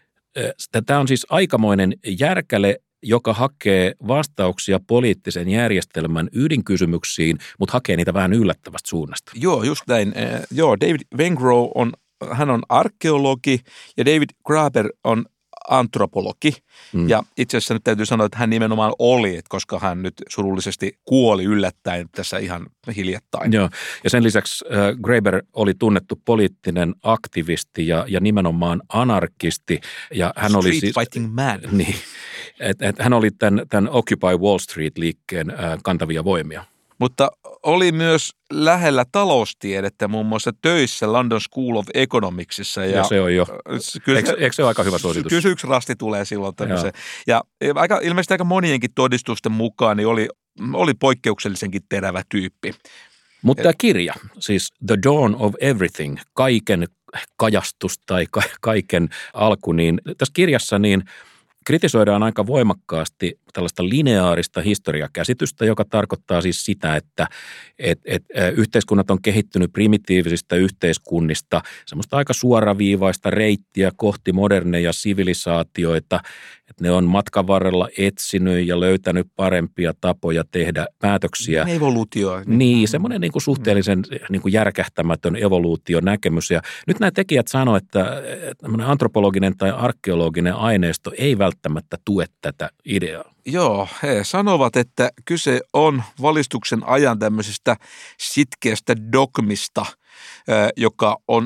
Tämä on siis aikamoinen järkäle, joka hakee vastauksia poliittisen järjestelmän ydinkysymyksiin, mutta hakee niitä vähän yllättävästä suunnasta. Joo, just näin. Eh, joo, David Wengrow on, hän on arkeologi ja David Graeber on antropologi. Mm. Ja itse asiassa nyt täytyy sanoa, että hän nimenomaan oli, että koska hän nyt surullisesti kuoli yllättäen tässä ihan hiljattain. Joo, ja sen lisäksi äh, Graeber oli tunnettu poliittinen aktivisti ja, ja nimenomaan anarkisti. Ja hän Street oli siis, fighting man. Niin, et, et hän oli tämän, tämän Occupy Wall Street-liikkeen äh, kantavia voimia. Mutta oli myös lähellä taloustiedettä, muun muassa töissä London School of Economicsissa. Ja, ja se on jo. Kyllä, eikö, eikö se ole aika hyvä suositus? Kyllä yksi rasti tulee silloin tämmöiseen. Ja aika, ilmeisesti aika monienkin todistusten mukaan niin oli, oli poikkeuksellisenkin terävä tyyppi. Mutta tämä kirja, siis The Dawn of Everything, kaiken kajastus tai ka- kaiken alku, niin tässä kirjassa niin kritisoidaan aika voimakkaasti tällaista lineaarista historiakäsitystä, joka tarkoittaa siis sitä, että et, et, yhteiskunnat on kehittynyt primitiivisistä yhteiskunnista, semmoista aika suoraviivaista reittiä kohti moderneja sivilisaatioita, että ne on matkan varrella etsinyt ja löytänyt parempia tapoja tehdä päätöksiä. Evoluutio. Niin, semmoinen niin kuin suhteellisen niin kuin järkähtämätön evoluutionäkemys. Ja nyt nämä tekijät sanoo, että antropologinen tai arkeologinen aineisto ei välttämättä tue tätä ideaa. Joo, he sanovat, että kyse on valistuksen ajan tämmöisestä sitkeästä dogmista, joka on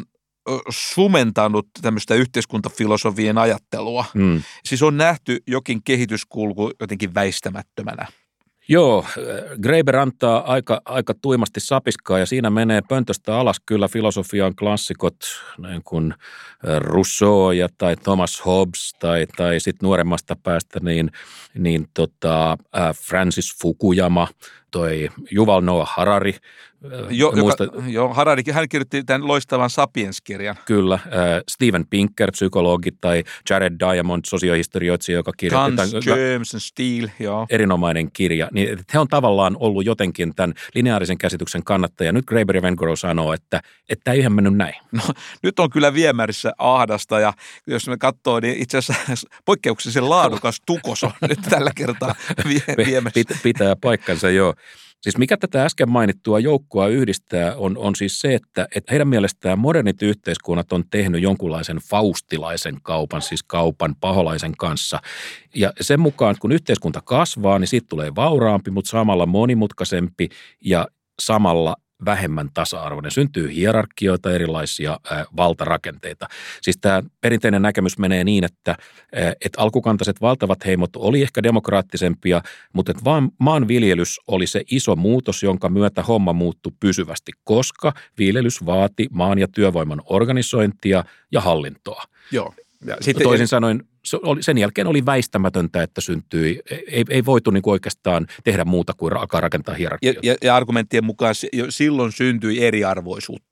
sumentanut tämmöistä yhteiskuntafilosofien ajattelua. Mm. Siis on nähty jokin kehityskulku jotenkin väistämättömänä. Joo, Graeber antaa aika, aika tuimasti sapiskaa ja siinä menee pöntöstä alas kyllä filosofian klassikot, niin kuin Rousseau ja tai Thomas Hobbes tai, tai sitten nuoremmasta päästä niin, niin tota, Francis Fukuyama, toi Yuval Noah Harari. Jo, muista, joka, jo, Harari, hän kirjoitti tämän loistavan Sapiens-kirjan. Kyllä, äh, Steven Pinker, psykologi, tai Jared Diamond, sosiohistorioitsija, joka kirjoitti. Hans James and Steele, joo. Erinomainen kirja. Niin, he on tavallaan ollut jotenkin tämän lineaarisen käsityksen kannattaja. Nyt Graeber ja Wengrow sanoo, että tämä ei ihan mennyt näin. No, nyt on kyllä viemärissä ahdasta ja jos me katsoo, niin itse asiassa poikkeuksellisen laadukas tukos on nyt tällä kertaa vie, viemärissä. Pitää paikkansa, joo. Siis mikä tätä äsken mainittua joukkoa yhdistää on, on siis se, että, että heidän mielestään modernit yhteiskunnat on tehnyt jonkunlaisen faustilaisen kaupan, siis kaupan paholaisen kanssa. Ja sen mukaan, kun yhteiskunta kasvaa, niin siitä tulee vauraampi, mutta samalla monimutkaisempi ja samalla vähemmän tasa-arvoinen. Syntyy hierarkioita, erilaisia ä, valtarakenteita. Siis tämä perinteinen näkemys menee niin, että, ä, että alkukantaiset valtavat heimot oli ehkä demokraattisempia, mutta että vaan maanviljelys oli se iso muutos, jonka myötä homma muuttui pysyvästi, koska viljelys vaati maan ja työvoiman organisointia ja hallintoa. Joo. Ja sitten, toisin sanoen, sen jälkeen oli väistämätöntä, että syntyi, ei, ei voitu niin kuin oikeastaan tehdä muuta kuin alkaa rakentaa hierarkioita. Ja, ja, ja argumenttien mukaan silloin syntyi eriarvoisuus.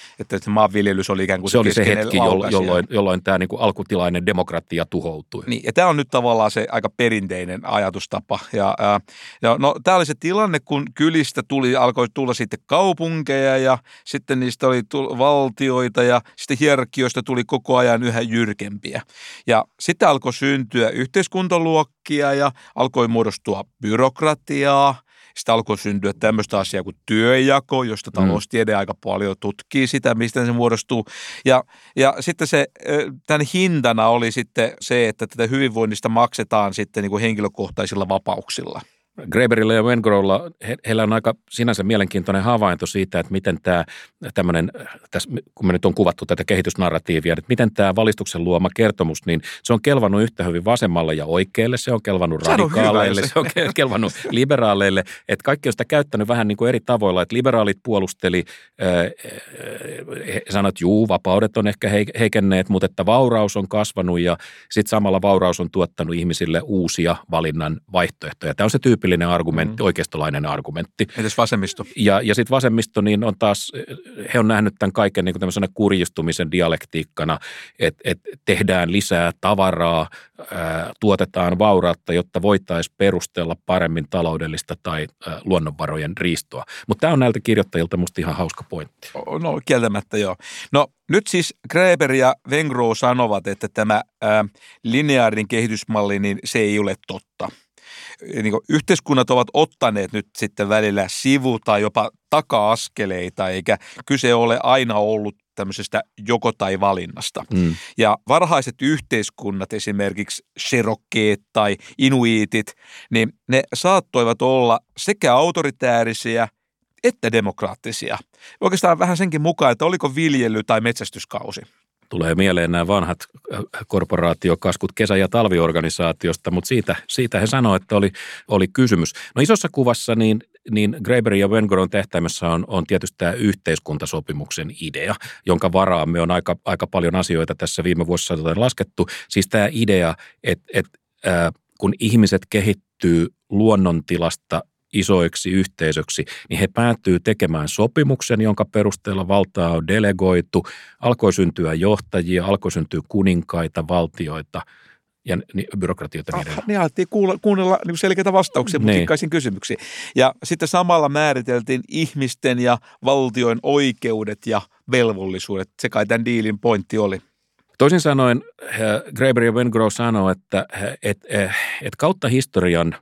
että se maanviljelys oli ikään kuin se, se oli se hetki, laukaisija. jolloin, jolloin tämä niin kuin alkutilainen demokratia tuhoutui. Niin, ja tämä on nyt tavallaan se aika perinteinen ajatustapa. Ja, ää, ja no, tämä oli se tilanne, kun kylistä tuli, alkoi tulla sitten kaupunkeja ja sitten niistä oli tull, valtioita ja sitten hierarkioista tuli koko ajan yhä jyrkempiä. Ja sitten alkoi syntyä yhteiskuntaluokkia ja alkoi muodostua byrokratiaa. Sitten alkoi syntyä tämmöistä asiaa kuin työnjako, josta taloustiede mm. aika paljon tutkii sitä, mistä se muodostuu. Ja, ja sitten se, tämän hintana oli sitten se, että tätä hyvinvoinnista maksetaan sitten niin kuin henkilökohtaisilla vapauksilla. Graeberilla ja Wengrowlla, he, heillä on aika sinänsä mielenkiintoinen havainto siitä, että miten tämä tämmöinen, tässä, kun me nyt on kuvattu tätä kehitysnarratiivia, että miten tämä valistuksen luoma kertomus, niin se on kelvannut yhtä hyvin vasemmalle ja oikealle, se on kelvannut radikaaleille, se on, se on kelvannut liberaaleille, että kaikki on sitä käyttänyt vähän niin kuin eri tavoilla, että liberaalit puolusteli, he sanoivat, että juu, vapaudet on ehkä heikenneet, mutta että vauraus on kasvanut ja sitten samalla vauraus on tuottanut ihmisille uusia valinnan vaihtoehtoja. Tämä on se tyypillinen argumentti, mm. oikeistolainen argumentti. Entäs vasemmisto? Ja, ja sitten vasemmisto, niin on taas, he on nähnyt tämän kaiken niin kuin tämmöisenä kurjistumisen dialektiikkana, että et tehdään lisää tavaraa, ää, tuotetaan vaurautta, jotta voitaisiin perustella paremmin taloudellista tai ää, luonnonvarojen riistoa. Mutta tämä on näiltä kirjoittajilta musta ihan hauska pointti. No kieltämättä joo. No nyt siis Graeber ja Wengrow sanovat, että tämä ää, lineaarinen kehitysmalli, niin se ei ole totta. Niin kuin yhteiskunnat ovat ottaneet nyt sitten välillä sivu- tai jopa taka-askeleita, eikä kyse ole aina ollut tämmöisestä joko- tai valinnasta. Mm. Ja varhaiset yhteiskunnat, esimerkiksi Cherokkeet tai Inuiitit, niin ne saattoivat olla sekä autoritäärisiä että demokraattisia. Oikeastaan vähän senkin mukaan, että oliko viljely- tai metsästyskausi. Tulee mieleen nämä vanhat korporaatiokaskut kesä- ja talviorganisaatiosta, mutta siitä, siitä he sanoivat, että oli, oli kysymys. No isossa kuvassa niin, niin Graeberin ja Wengrown tähtäimessä on, on tietysti tämä yhteiskuntasopimuksen idea, jonka varaan me on aika, aika paljon asioita tässä viime vuosina laskettu. Siis tämä idea, että, että äh, kun ihmiset kehittyy luonnontilasta isoiksi yhteisöksi, niin he päätyy tekemään sopimuksen, jonka perusteella valtaa on delegoitu, alkoi syntyä johtajia, alkoi syntyä kuninkaita, valtioita ja byrokratioita. Ah, niin alettiin kuulla, kuunnella niin selkeitä vastauksia mutkikkaisiin kysymyksiin. Ja sitten samalla määriteltiin ihmisten ja valtion oikeudet ja velvollisuudet. Se kai tämän diilin pointti oli. Toisin sanoen Graeber ja Wengrow sanoo, että et, et, et kautta historian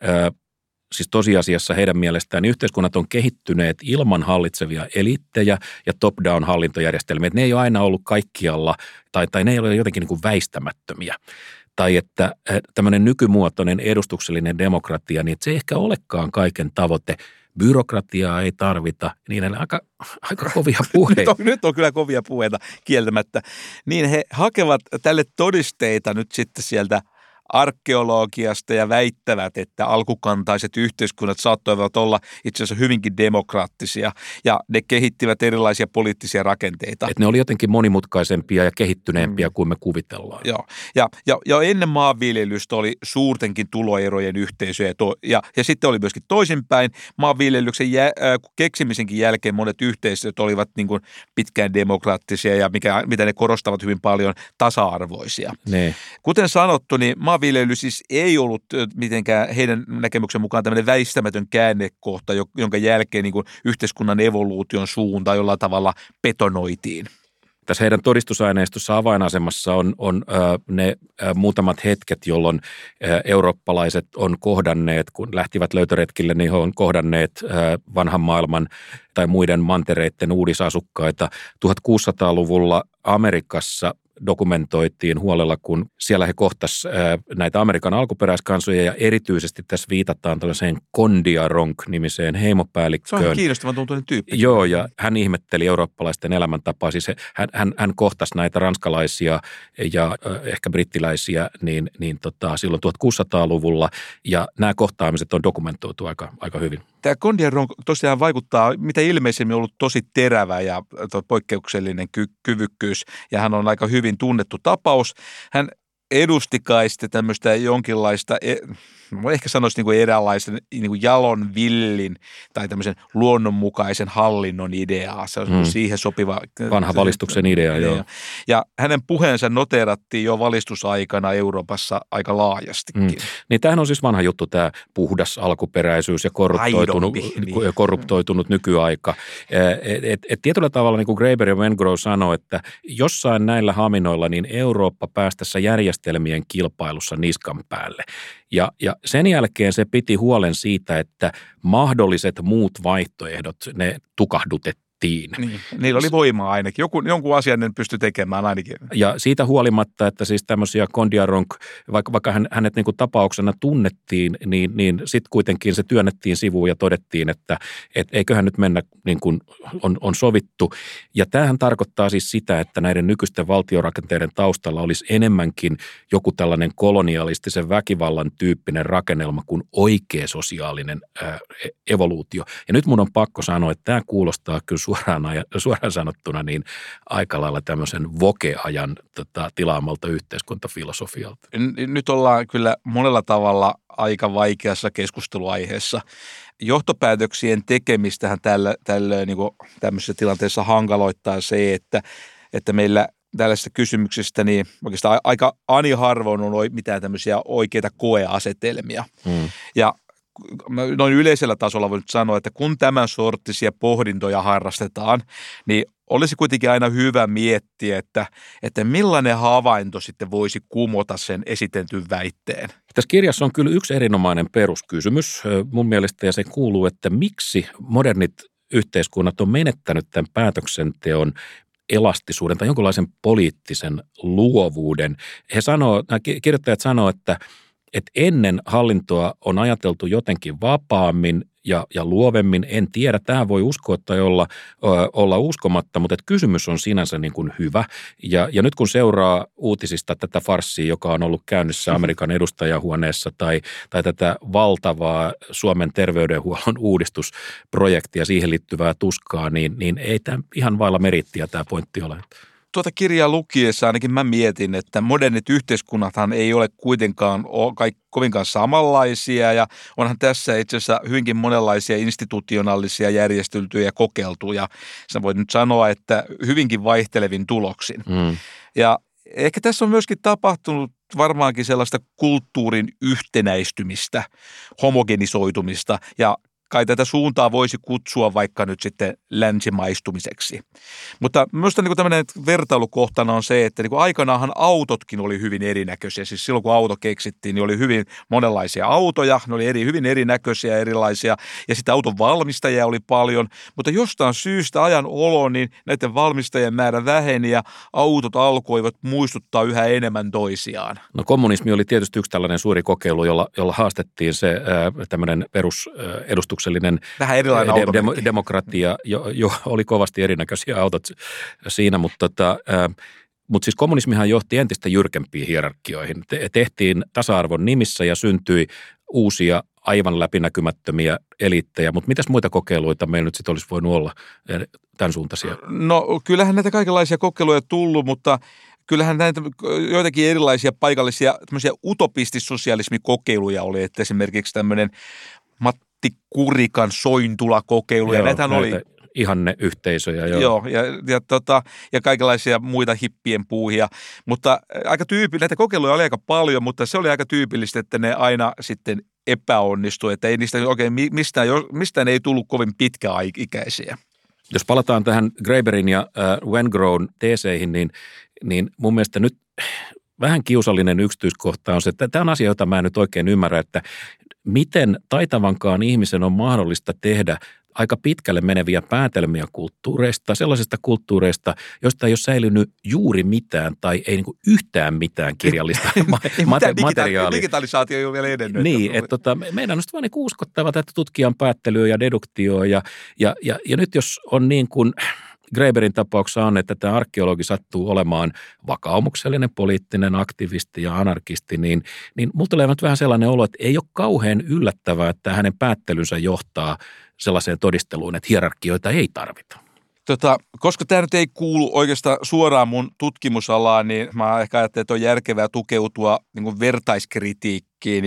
siis tosiasiassa heidän mielestään yhteiskunnat on kehittyneet ilman hallitsevia eliittejä ja top-down hallintojärjestelmiä. Että ne ei ole aina ollut kaikkialla tai, tai ne ei ole jotenkin niin kuin väistämättömiä. Tai että tämmöinen nykymuotoinen edustuksellinen demokratia, niin että se ei ehkä olekaan kaiken tavoite. Byrokratiaa ei tarvita, niin on aika, aika kovia puheita. nyt, on, nyt on kyllä kovia puheita kieltämättä. Niin he hakevat tälle todisteita nyt sitten sieltä arkeologiasta ja väittävät, että alkukantaiset yhteiskunnat saattoivat olla itse asiassa hyvinkin demokraattisia ja ne kehittivät erilaisia poliittisia rakenteita. Että ne oli jotenkin monimutkaisempia ja kehittyneempiä mm. kuin me kuvitellaan. Joo, ja, ja, ja ennen maanviljelystä oli suurtenkin tuloerojen yhteisöjä ja, to, ja, ja sitten oli myöskin toisinpäin. Maanviljelyksen jä, äh, keksimisenkin jälkeen monet yhteisöt olivat niin kuin pitkään demokraattisia ja mikä, mitä ne korostavat hyvin paljon tasa-arvoisia. Ne. Kuten sanottu, niin maanviljely siis ei ollut mitenkään heidän näkemyksen mukaan tämmöinen väistämätön käännekohta, jonka jälkeen niin kuin yhteiskunnan evoluution suunta jollain tavalla betonoitiin. Tässä heidän todistusaineistossa avainasemassa on, on äh, ne äh, muutamat hetket, jolloin äh, eurooppalaiset on kohdanneet, kun lähtivät löytöretkille, niin he on kohdanneet äh, vanhan maailman tai muiden mantereiden uudisasukkaita. tuhatkuusisataaluvulla Amerikassa dokumentoitiin huolella, kun siellä he kohtasivat näitä Amerikan alkuperäiskansoja ja erityisesti tässä viitataan tällaiseen Kondiaronk-nimiseen heimopäällikköön. Se on kiinnostavan tuntuinen tyyppi. Joo, ja hän ihmetteli eurooppalaisten elämäntapaa. Siis hän, hän, hän kohtasi näitä ranskalaisia ja ehkä brittiläisiä niin, niin tota, silloin tuhatkuusisataaluvulla ja nämä kohtaamiset on dokumentoitu aika, aika hyvin. Tämä Kondiaronk tosiaan vaikuttaa mitä ilmeisemmin ollut tosi terävä ja poikkeuksellinen ky- kyvykkyys ja hän on aika hyvin tunnettu tapaus. Hän edusti kai sitten tämmöistä jonkinlaista mä ehkä sanoisin niin kuin eräänlaisen niin kuin jalon villin tai tämmöisen luonnonmukaisen hallinnon ideaa. Se on mm. siihen sopiva. Vanha valistuksen idea, idea, joo. Ja hänen puheensa noteerattiin jo valistusaikana Euroopassa aika laajastikin. Mm. Niin tämähän on siis vanha juttu, tämä puhdas alkuperäisyys ja korruptoitunut, niin. korruptoitunut nykyaika. Et, et, et tietyllä tavalla niin kuin Graeber ja Wengrow sanoi, että jossain näillä haminoilla niin Eurooppa päästässä järjestelmien kilpailussa niskan päälle. Ja, ja sen jälkeen se piti huolen siitä, että mahdolliset muut vaihtoehdot, ne tukahdutettiin. Niin, niillä oli voimaa ainakin. Joku, jonkun asian ne pystyi tekemään ainakin. Ja siitä huolimatta, että siis tämmöisiä Kondiaronk, vaikka, vaikka hänet niin kuin tapauksena tunnettiin, niin, niin sitten kuitenkin se työnnettiin sivuun ja todettiin, että et eiköhän nyt mennä niin kuin on, on sovittu. Ja tämähän tarkoittaa siis sitä, että näiden nykyisten valtiorakenteiden taustalla olisi enemmänkin joku tällainen kolonialistisen väkivallan tyyppinen rakennelma kuin oikea sosiaalinen ää, evoluutio. Ja nyt mun on pakko sanoa, että tämä kuulostaa kyllä Suoraan, suoraan sanottuna niin aika lailla tämmöisen voke-ajan tota, tilaamalta yhteiskuntafilosofialta. Nyt ollaan kyllä monella tavalla aika vaikeassa keskusteluaiheessa. Johtopäätöksien tekemistähän tällä, tällä niin kuin tämmöisessä tilanteessa hankaloittaa se, että, että meillä tällaisesta kysymyksestä niin oikeastaan aika ani harvoin on mitään tämmöisiä oikeita koeasetelmia. Hmm. Ja noin yleisellä tasolla voi nyt sanoa, että kun tämän sorttisia pohdintoja harrastetaan, niin olisi kuitenkin aina hyvä miettiä, että, että millainen havainto sitten voisi kumota sen esitetyn väitteen. Tässä kirjassa on kyllä yksi erinomainen peruskysymys mun mielestä, ja se kuuluu, että miksi modernit yhteiskunnat on menettänyt tämän päätöksenteon elastisuuden tai jonkinlaisen poliittisen luovuuden. He sanoo, nämä kirjoittajat sanoo, että että ennen hallintoa on ajateltu jotenkin vapaammin ja, ja luovemmin. En tiedä, tähän voi uskoa tai olla, ö, olla uskomatta, mutta että kysymys on sinänsä niin kuin hyvä. Ja, ja nyt kun seuraa uutisista tätä farssia, joka on ollut käynnissä Amerikan edustajahuoneessa tai, tai tätä valtavaa Suomen terveydenhuollon uudistusprojektia, siihen liittyvää tuskaa, niin, niin ei tämä ihan vailla merittiä tämä pointti ole. Tuota kirjaa lukiessa ainakin mä mietin, että modernit yhteiskunnathan ei ole kuitenkaan ole kovinkaan samanlaisia ja onhan tässä itse asiassa hyvinkin monenlaisia institutionaalisia järjesteltyjä ja kokeiltuja. Sä voit nyt sanoa, että hyvinkin vaihtelevin tuloksin. Mm. Ja ehkä tässä on myöskin tapahtunut varmaankin sellaista kulttuurin yhtenäistymistä, homogenisoitumista ja kai tätä suuntaa voisi kutsua vaikka nyt sitten länsimaistumiseksi. Mutta minusta niin tämmöinen vertailukohtana on se, että niin aikanaanhan autotkin oli hyvin erinäköisiä. Siis silloin kun auto keksittiin, niin oli hyvin monenlaisia autoja. Ne oli eri, hyvin erinäköisiä erilaisia ja sitten auton valmistajia oli paljon. Mutta jostain syystä ajan olo, niin näiden valmistajien määrä väheni ja autot alkoivat muistuttaa yhä enemmän toisiaan. No kommunismi oli tietysti yksi tällainen suuri kokeilu, jolla, jolla haastettiin se ää, tämmöinen perusedustus. Vähän erilainen de- de- demokratia, jo, jo oli kovasti erinäköisiä autot siinä, mutta, tota, äh, mutta siis kommunismihan johti entistä jyrkempiin hierarkioihin. Te- tehtiin tasa-arvon nimissä ja syntyi uusia aivan läpinäkymättömiä eliittejä, mutta mitäs muita kokeiluita meillä nyt sitten olisi voinut olla tämän suuntaisia? No kyllähän näitä kaikenlaisia kokeiluja tullut, mutta kyllähän näitä joitakin erilaisia paikallisia tämmöisiä utopistissosialismikokeiluja oli, että esimerkiksi tämmöinen Matti Kurikan sointulakokeiluja. Joo, näitä oli ihanneyhteisöjä. Joo, joo ja, ja, tota, ja kaikenlaisia muita hippien puuhia, mutta aika tyypillistä, näitä kokeiluja oli aika paljon, mutta se oli aika tyypillistä, että ne aina sitten epäonnistui, että ei niistä oikein mistään, mistään ei tullut kovin pitkäikäisiä. Jos palataan tähän Graeberin ja äh, Wengrown teeseihin, niin, niin mun mielestä nyt vähän kiusallinen yksityiskohta on se, että tämä on asia, jota mä en nyt oikein ymmärrä, että miten taitavankaan ihmisen on mahdollista tehdä aika pitkälle meneviä päätelmiä kulttuureista, sellaisista kulttuureista, joista ei ole säilynyt juuri mitään tai ei niin kuin yhtään mitään kirjallista ma- mate- materiaalia. Digitalisaatio ei ole vielä edennyt. Niin, että tota, meidän on sitten vaan niin uskottava tätä tutkijan päättelyä ja deduktioa ja, ja, ja, ja nyt jos on niin kuin Graeberin tapauksessa on, että tämä arkeologi sattuu olemaan vakaumuksellinen poliittinen aktivisti ja anarkisti, niin, niin mulla tulee nyt vähän sellainen olo, että ei ole kauhean yllättävää, että hänen päättelynsä johtaa sellaiseen todisteluun, että hierarkioita ei tarvita. Tota, koska tämä nyt ei kuulu oikeastaan suoraan mun tutkimusalaan, niin mä ehkä ajattelin, että on järkevää tukeutua niin kuin vertaiskritiikkiin ja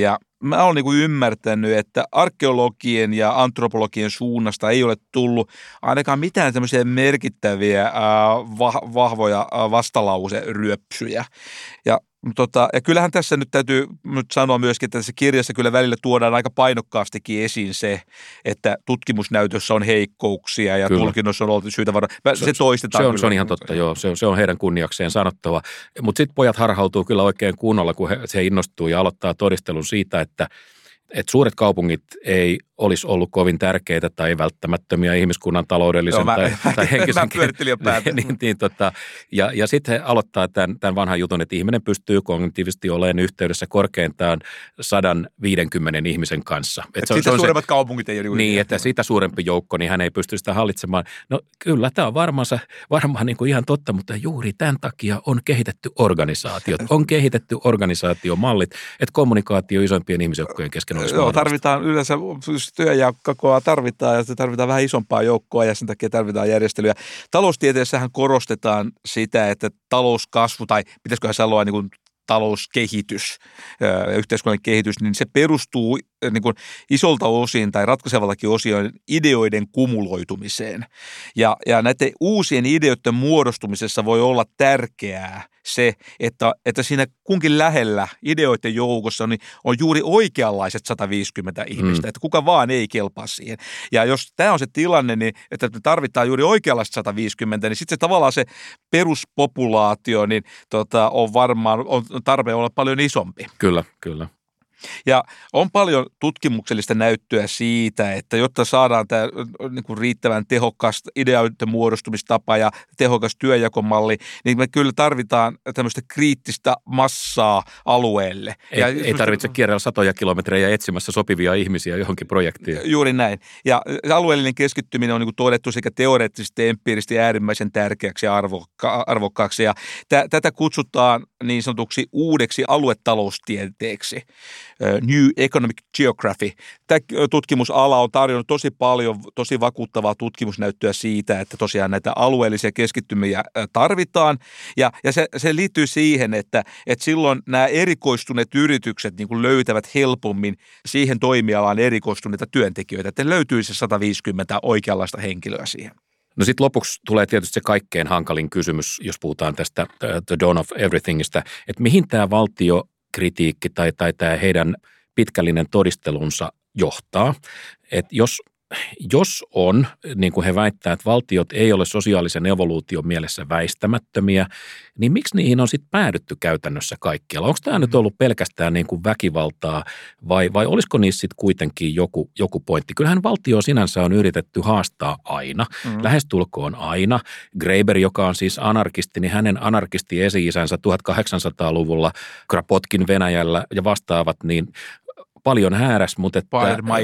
mä olen niin kuin ymmärtänyt, että arkeologien ja antropologien suunnasta ei ole tullut ainakaan mitään tämmöisiä merkittäviä ää, va- vahvoja ää, vastalauseryöpsyjä. Ja Tota, ja kyllähän tässä nyt täytyy nyt sanoa myöskin, että tässä kirjassa kyllä välillä tuodaan aika painokkaastikin esiin se, että tutkimusnäytössä on heikkouksia ja kyllä. tulkinnossa on ollut syytä varoa. Se, se toistetaan se on, kyllä. Se on ihan totta, joo. Se on, se on heidän kunniakseen sanottava. Mutta sitten pojat harhautuu kyllä oikein kunnolla, kun he, se innostuu ja aloittaa todistelun siitä, että että suuret kaupungit ei olisi ollut kovin tärkeitä tai välttämättömiä ihmiskunnan taloudellisen Joo, mä, tai, mä, tai henkisen. niin, niin, tota, ja, ja sitten he aloittaa tämän, tämän vanhan jutun, että ihminen pystyy kognitiivisesti olemaan yhteydessä korkeintaan sata viisikymmentä ihmisen kanssa. Et et se, siitä se suuremmat se, kaupungit ei ole. Niin, että sitä suurempi joukko, niin hän ei pysty sitä hallitsemaan. No kyllä, tämä on varmaansa, varmaan niin kuin ihan totta, mutta juuri tämän takia on kehitetty organisaatiot. On kehitetty organisaatiomallit, että kommunikaatio isompien ihmisjoukkojen kesken olisi Joo, tarvitaan yleensä työjakoa tarvitaan ja tarvitaan vähän isompaa joukkoa ja sen takia tarvitaan järjestelyjä. Taloustieteessähän korostetaan sitä, että talouskasvu tai pitäisiköhän sanoa niin kuin talouskehitys ja yhteiskunnallinen kehitys, niin se perustuu niin kuin isolta osin tai ratkaisevalakin osin ideoiden kumuloitumiseen. Ja, ja näiden uusien ideoiden muodostumisessa voi olla tärkeää se, että, että siinä kunkin lähellä ideoiden joukossa niin on juuri oikeanlaiset sata viisikymmentä ihmistä, mm. että kuka vaan ei kelpaa siihen. Ja jos tämä on se tilanne, niin että me tarvitaan juuri oikeanlaiset sata viisikymmentä, niin sitten se tavallaan se peruspopulaatio niin tota, on varmaan on tarpeen olla paljon isompi. Kyllä, kyllä. Ja on paljon tutkimuksellista näyttöä siitä, että jotta saadaan tämä niin kuin riittävän tehokas ideoiden muodostumistapa ja tehokas työjakomalli, niin me kyllä tarvitaan tämmöistä kriittistä massaa alueelle. Ei, ja ei tarvitse kierrellä satoja kilometrejä etsimässä sopivia ihmisiä johonkin projektiin. Juuri näin. Ja alueellinen keskittyminen on niin kuin todettu sekä teoreettisesti että empiirisesti äärimmäisen tärkeäksi ja arvokka- arvokkaaksi. Ja t- tätä kutsutaan niin sanotuksi uudeksi aluetaloustieteeksi. New Economic Geography. Tämä tutkimusala on tarjonnut tosi paljon, tosi vakuuttavaa tutkimusnäyttöä siitä, että tosiaan näitä alueellisia keskittymiä tarvitaan. Ja, ja se, se liittyy siihen, että, että silloin nämä erikoistuneet yritykset niin kuin löytävät helpommin siihen toimialaan erikoistuneita työntekijöitä, että löytyy se sata viisikymmentä oikeanlaista henkilöä siihen. No sitten lopuksi tulee tietysti se kaikkein hankalin kysymys, jos puhutaan tästä uh, The Dawn of Everythingistä, että mihin tämä valtiokritiikki tai, tai tämä heidän pitkällinen todistelunsa johtaa. Että jos, jos on, niin kuin he väittää, että valtiot ei ole sosiaalisen evoluution mielessä väistämättömiä, niin miksi niihin on sitten päädytty käytännössä kaikkialla? Onko tämä nyt ollut pelkästään niin kuin väkivaltaa vai, vai olisiko niissä sitten kuitenkin joku, joku pointti? Kyllähän valtio sinänsä on yritetty haastaa aina, mm. lähestulkoon aina. Graeber, joka on siis anarkisti, niin hänen anarkisti-esi-isänsä tuhatkahdeksansataaluvulla Kropotkin Venäjällä ja vastaavat, niin paljon hääräs, mutta että,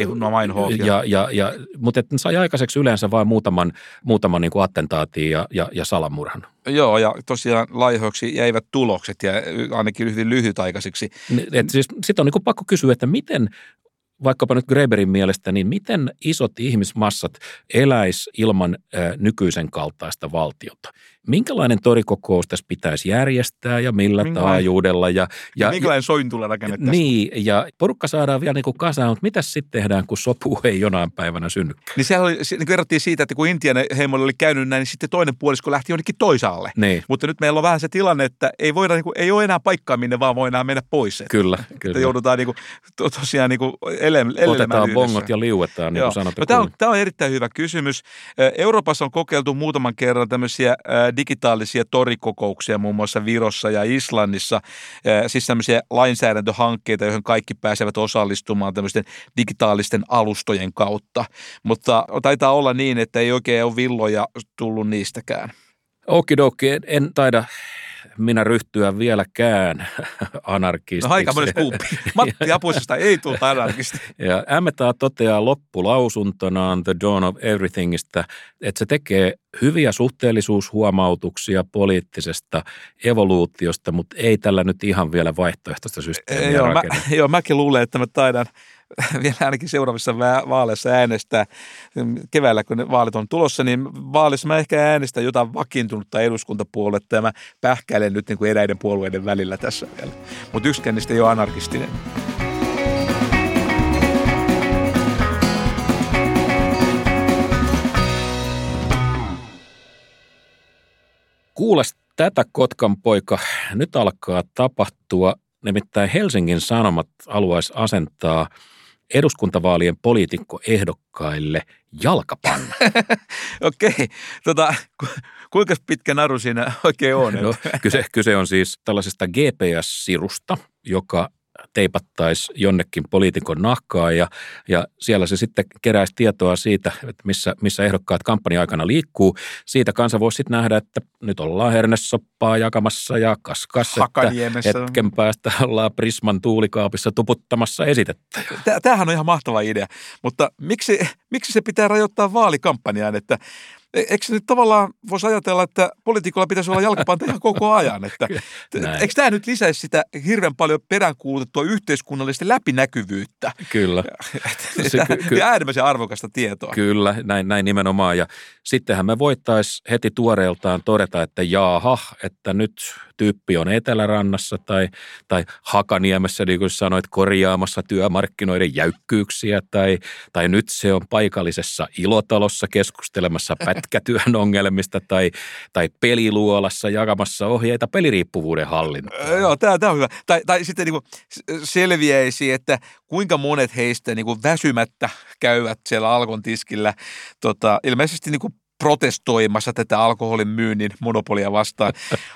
ja, ja, ja, mutta että sai aikaiseksi yleensä vain muutaman, muutaman niin kuin attentaatin ja, ja, ja salamurhan. Joo, ja tosiaan laihoiksi jäivät tulokset ja ainakin hyvin lyhytaikaisiksi. Siis, sitten on niin kuin pakko kysyä, että miten vaikkapa nyt Graeberin mielestä, niin miten isot ihmismassat eläisi ilman ä, nykyisen kaltaista valtiota? Minkälainen torikokous tässä pitäisi järjestää ja millä minkälainen, taajuudella? Ja, ja, ja minkälainen sointula rakennettaisiin? Niin, ja porukka saadaan vielä niin kuin kasaan, mutta mitäs sitten tehdään, kun sopu ei jonain päivänä synny? Niin sehän oli, niin kerrottiin siitä, että kun Intian heimolle oli käynyt näin, niin sitten toinen puolisko lähti jonnekin toisaalle. Niin. Mutta nyt meillä on vähän se tilanne, että ei, voida, niin kuin, ei ole enää paikkaa, minne vaan voidaan mennä pois. Kyllä, että, kyllä. Että joudutaan niin kuin, to, tosiaan niin kuin ele, otetaan yhdessä. Bongot ja liuetaan, niin kuin sanottu. No, tämä, on, tämä on erittäin hyvä kysymys. Euroopassa on kokeiltu muutaman kerran tämmöisiä digitaalisia torikokouksia muun muassa Virossa ja Islannissa, siis tämmöisiä lainsäädäntöhankkeita, joihin kaikki pääsevät osallistumaan tämmöisten digitaalisten alustojen kautta. Mutta taitaa olla niin, että ei oikein ole villoja tullut niistäkään. Okidoki, en, en taida minä ryhtyä vieläkään anarkistiksi. No aikamoinen skuuppi. Matti Apusesta ei tulta anarkisti. Ja M T A toteaa loppulausuntonaan The Dawn of Everythingistä, että se tekee hyviä suhteellisuushuomautuksia poliittisesta evoluutiosta, mutta ei tällä nyt ihan vielä vaihtoehtoista systeemiä joo, mä, rakenneta. joo, mäkin luulen, että mä taidan vielä ainakin seuraavissa vaaleissa äänestää. Keväällä, kun ne vaalit on tulossa, niin vaalissa mä ehkä äänestän jotain vakiintunutta eduskuntapuoluetta ja mä pähkäilen nyt niin kuin eräiden puolueiden välillä tässä vielä. Mutta yksikään niistä ei ole anarkistinen. Kuules tätä, Kotkan poika, nyt alkaa tapahtua. Nimittäin Helsingin Sanomat haluaisi asentaa eduskuntavaalien poliitikkoehdokkaille jalkapanna. Okei, tota, ku, kuinka pitkä naru siinä oikein on? No, kyse, kyse on siis tällaisesta G P S-sirusta, joka teipattaisi jonnekin poliitikon nahkaa ja, ja siellä se sitten keräisi tietoa siitä, että missä, missä ehdokkaat kampanja-aikana liikkuu. Siitä kansa voisi sitten nähdä, että nyt ollaan hernesoppaa jakamassa ja kaskas, että hetken päästä ollaan Prisman tuulikaapissa tuputtamassa esitettä. Tämähän on ihan mahtava idea, mutta miksi, miksi se pitää rajoittaa vaalikampanjaan, että eikö se nyt tavallaan voisi ajatella, että poliitikolla pitäisi olla jalkapanta ihan koko ajan? Että, eikö tämä nyt lisäisi sitä hirveän paljon peräänkuulutettua yhteiskunnallista läpinäkyvyyttä? Kyllä. ja, ky- ky- ja äärimmäisen arvokasta tietoa. Kyllä, näin, näin nimenomaan. Ja sittenhän me voitaisiin heti tuoreeltaan todeta, että jaaha, että nyt tyyppi on Etelärannassa tai, tai Hakaniemessä, niin kuin sanoit, korjaamassa työmarkkinoiden jäykkyyksiä tai, tai nyt se on paikallisessa Ilotalossa keskustelemassa pätkätyön ongelmista tai, tai peliluolassa jakamassa ohjeita peliriippuvuuden hallintaan. Joo, tämä on hyvä. Tai, tai sitten niin kuin selviäisi, että kuinka monet heistä niin kuin väsymättä käyvät siellä Alkon tiskillä tota, ilmeisesti niin kuin protestoimassa tätä alkoholin myynnin monopolia vastaan.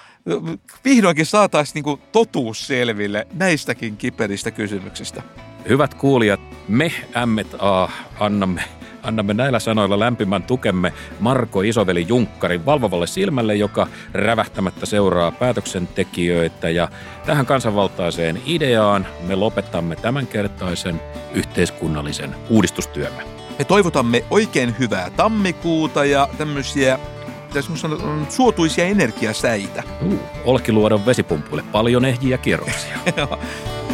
Vihdoinkin saataisiin niin kuin totuus selville näistäkin kiperistä kysymyksistä. Hyvät kuulijat, me M A annamme, annamme näillä sanoilla lämpimän tukemme Marko Isoveli Junkkarin valvovalle silmälle, joka rävähtämättä seuraa päätöksentekijöitä. Ja tähän kansanvaltaiseen ideaan me lopetamme tämänkertaisen yhteiskunnallisen uudistustyömme. Me toivotamme oikein hyvää tammikuuta ja tämmöisiä suotuisia energiasäitä. Uh, Olkiluodon vesipumpuille paljon ehjiä kierroksia.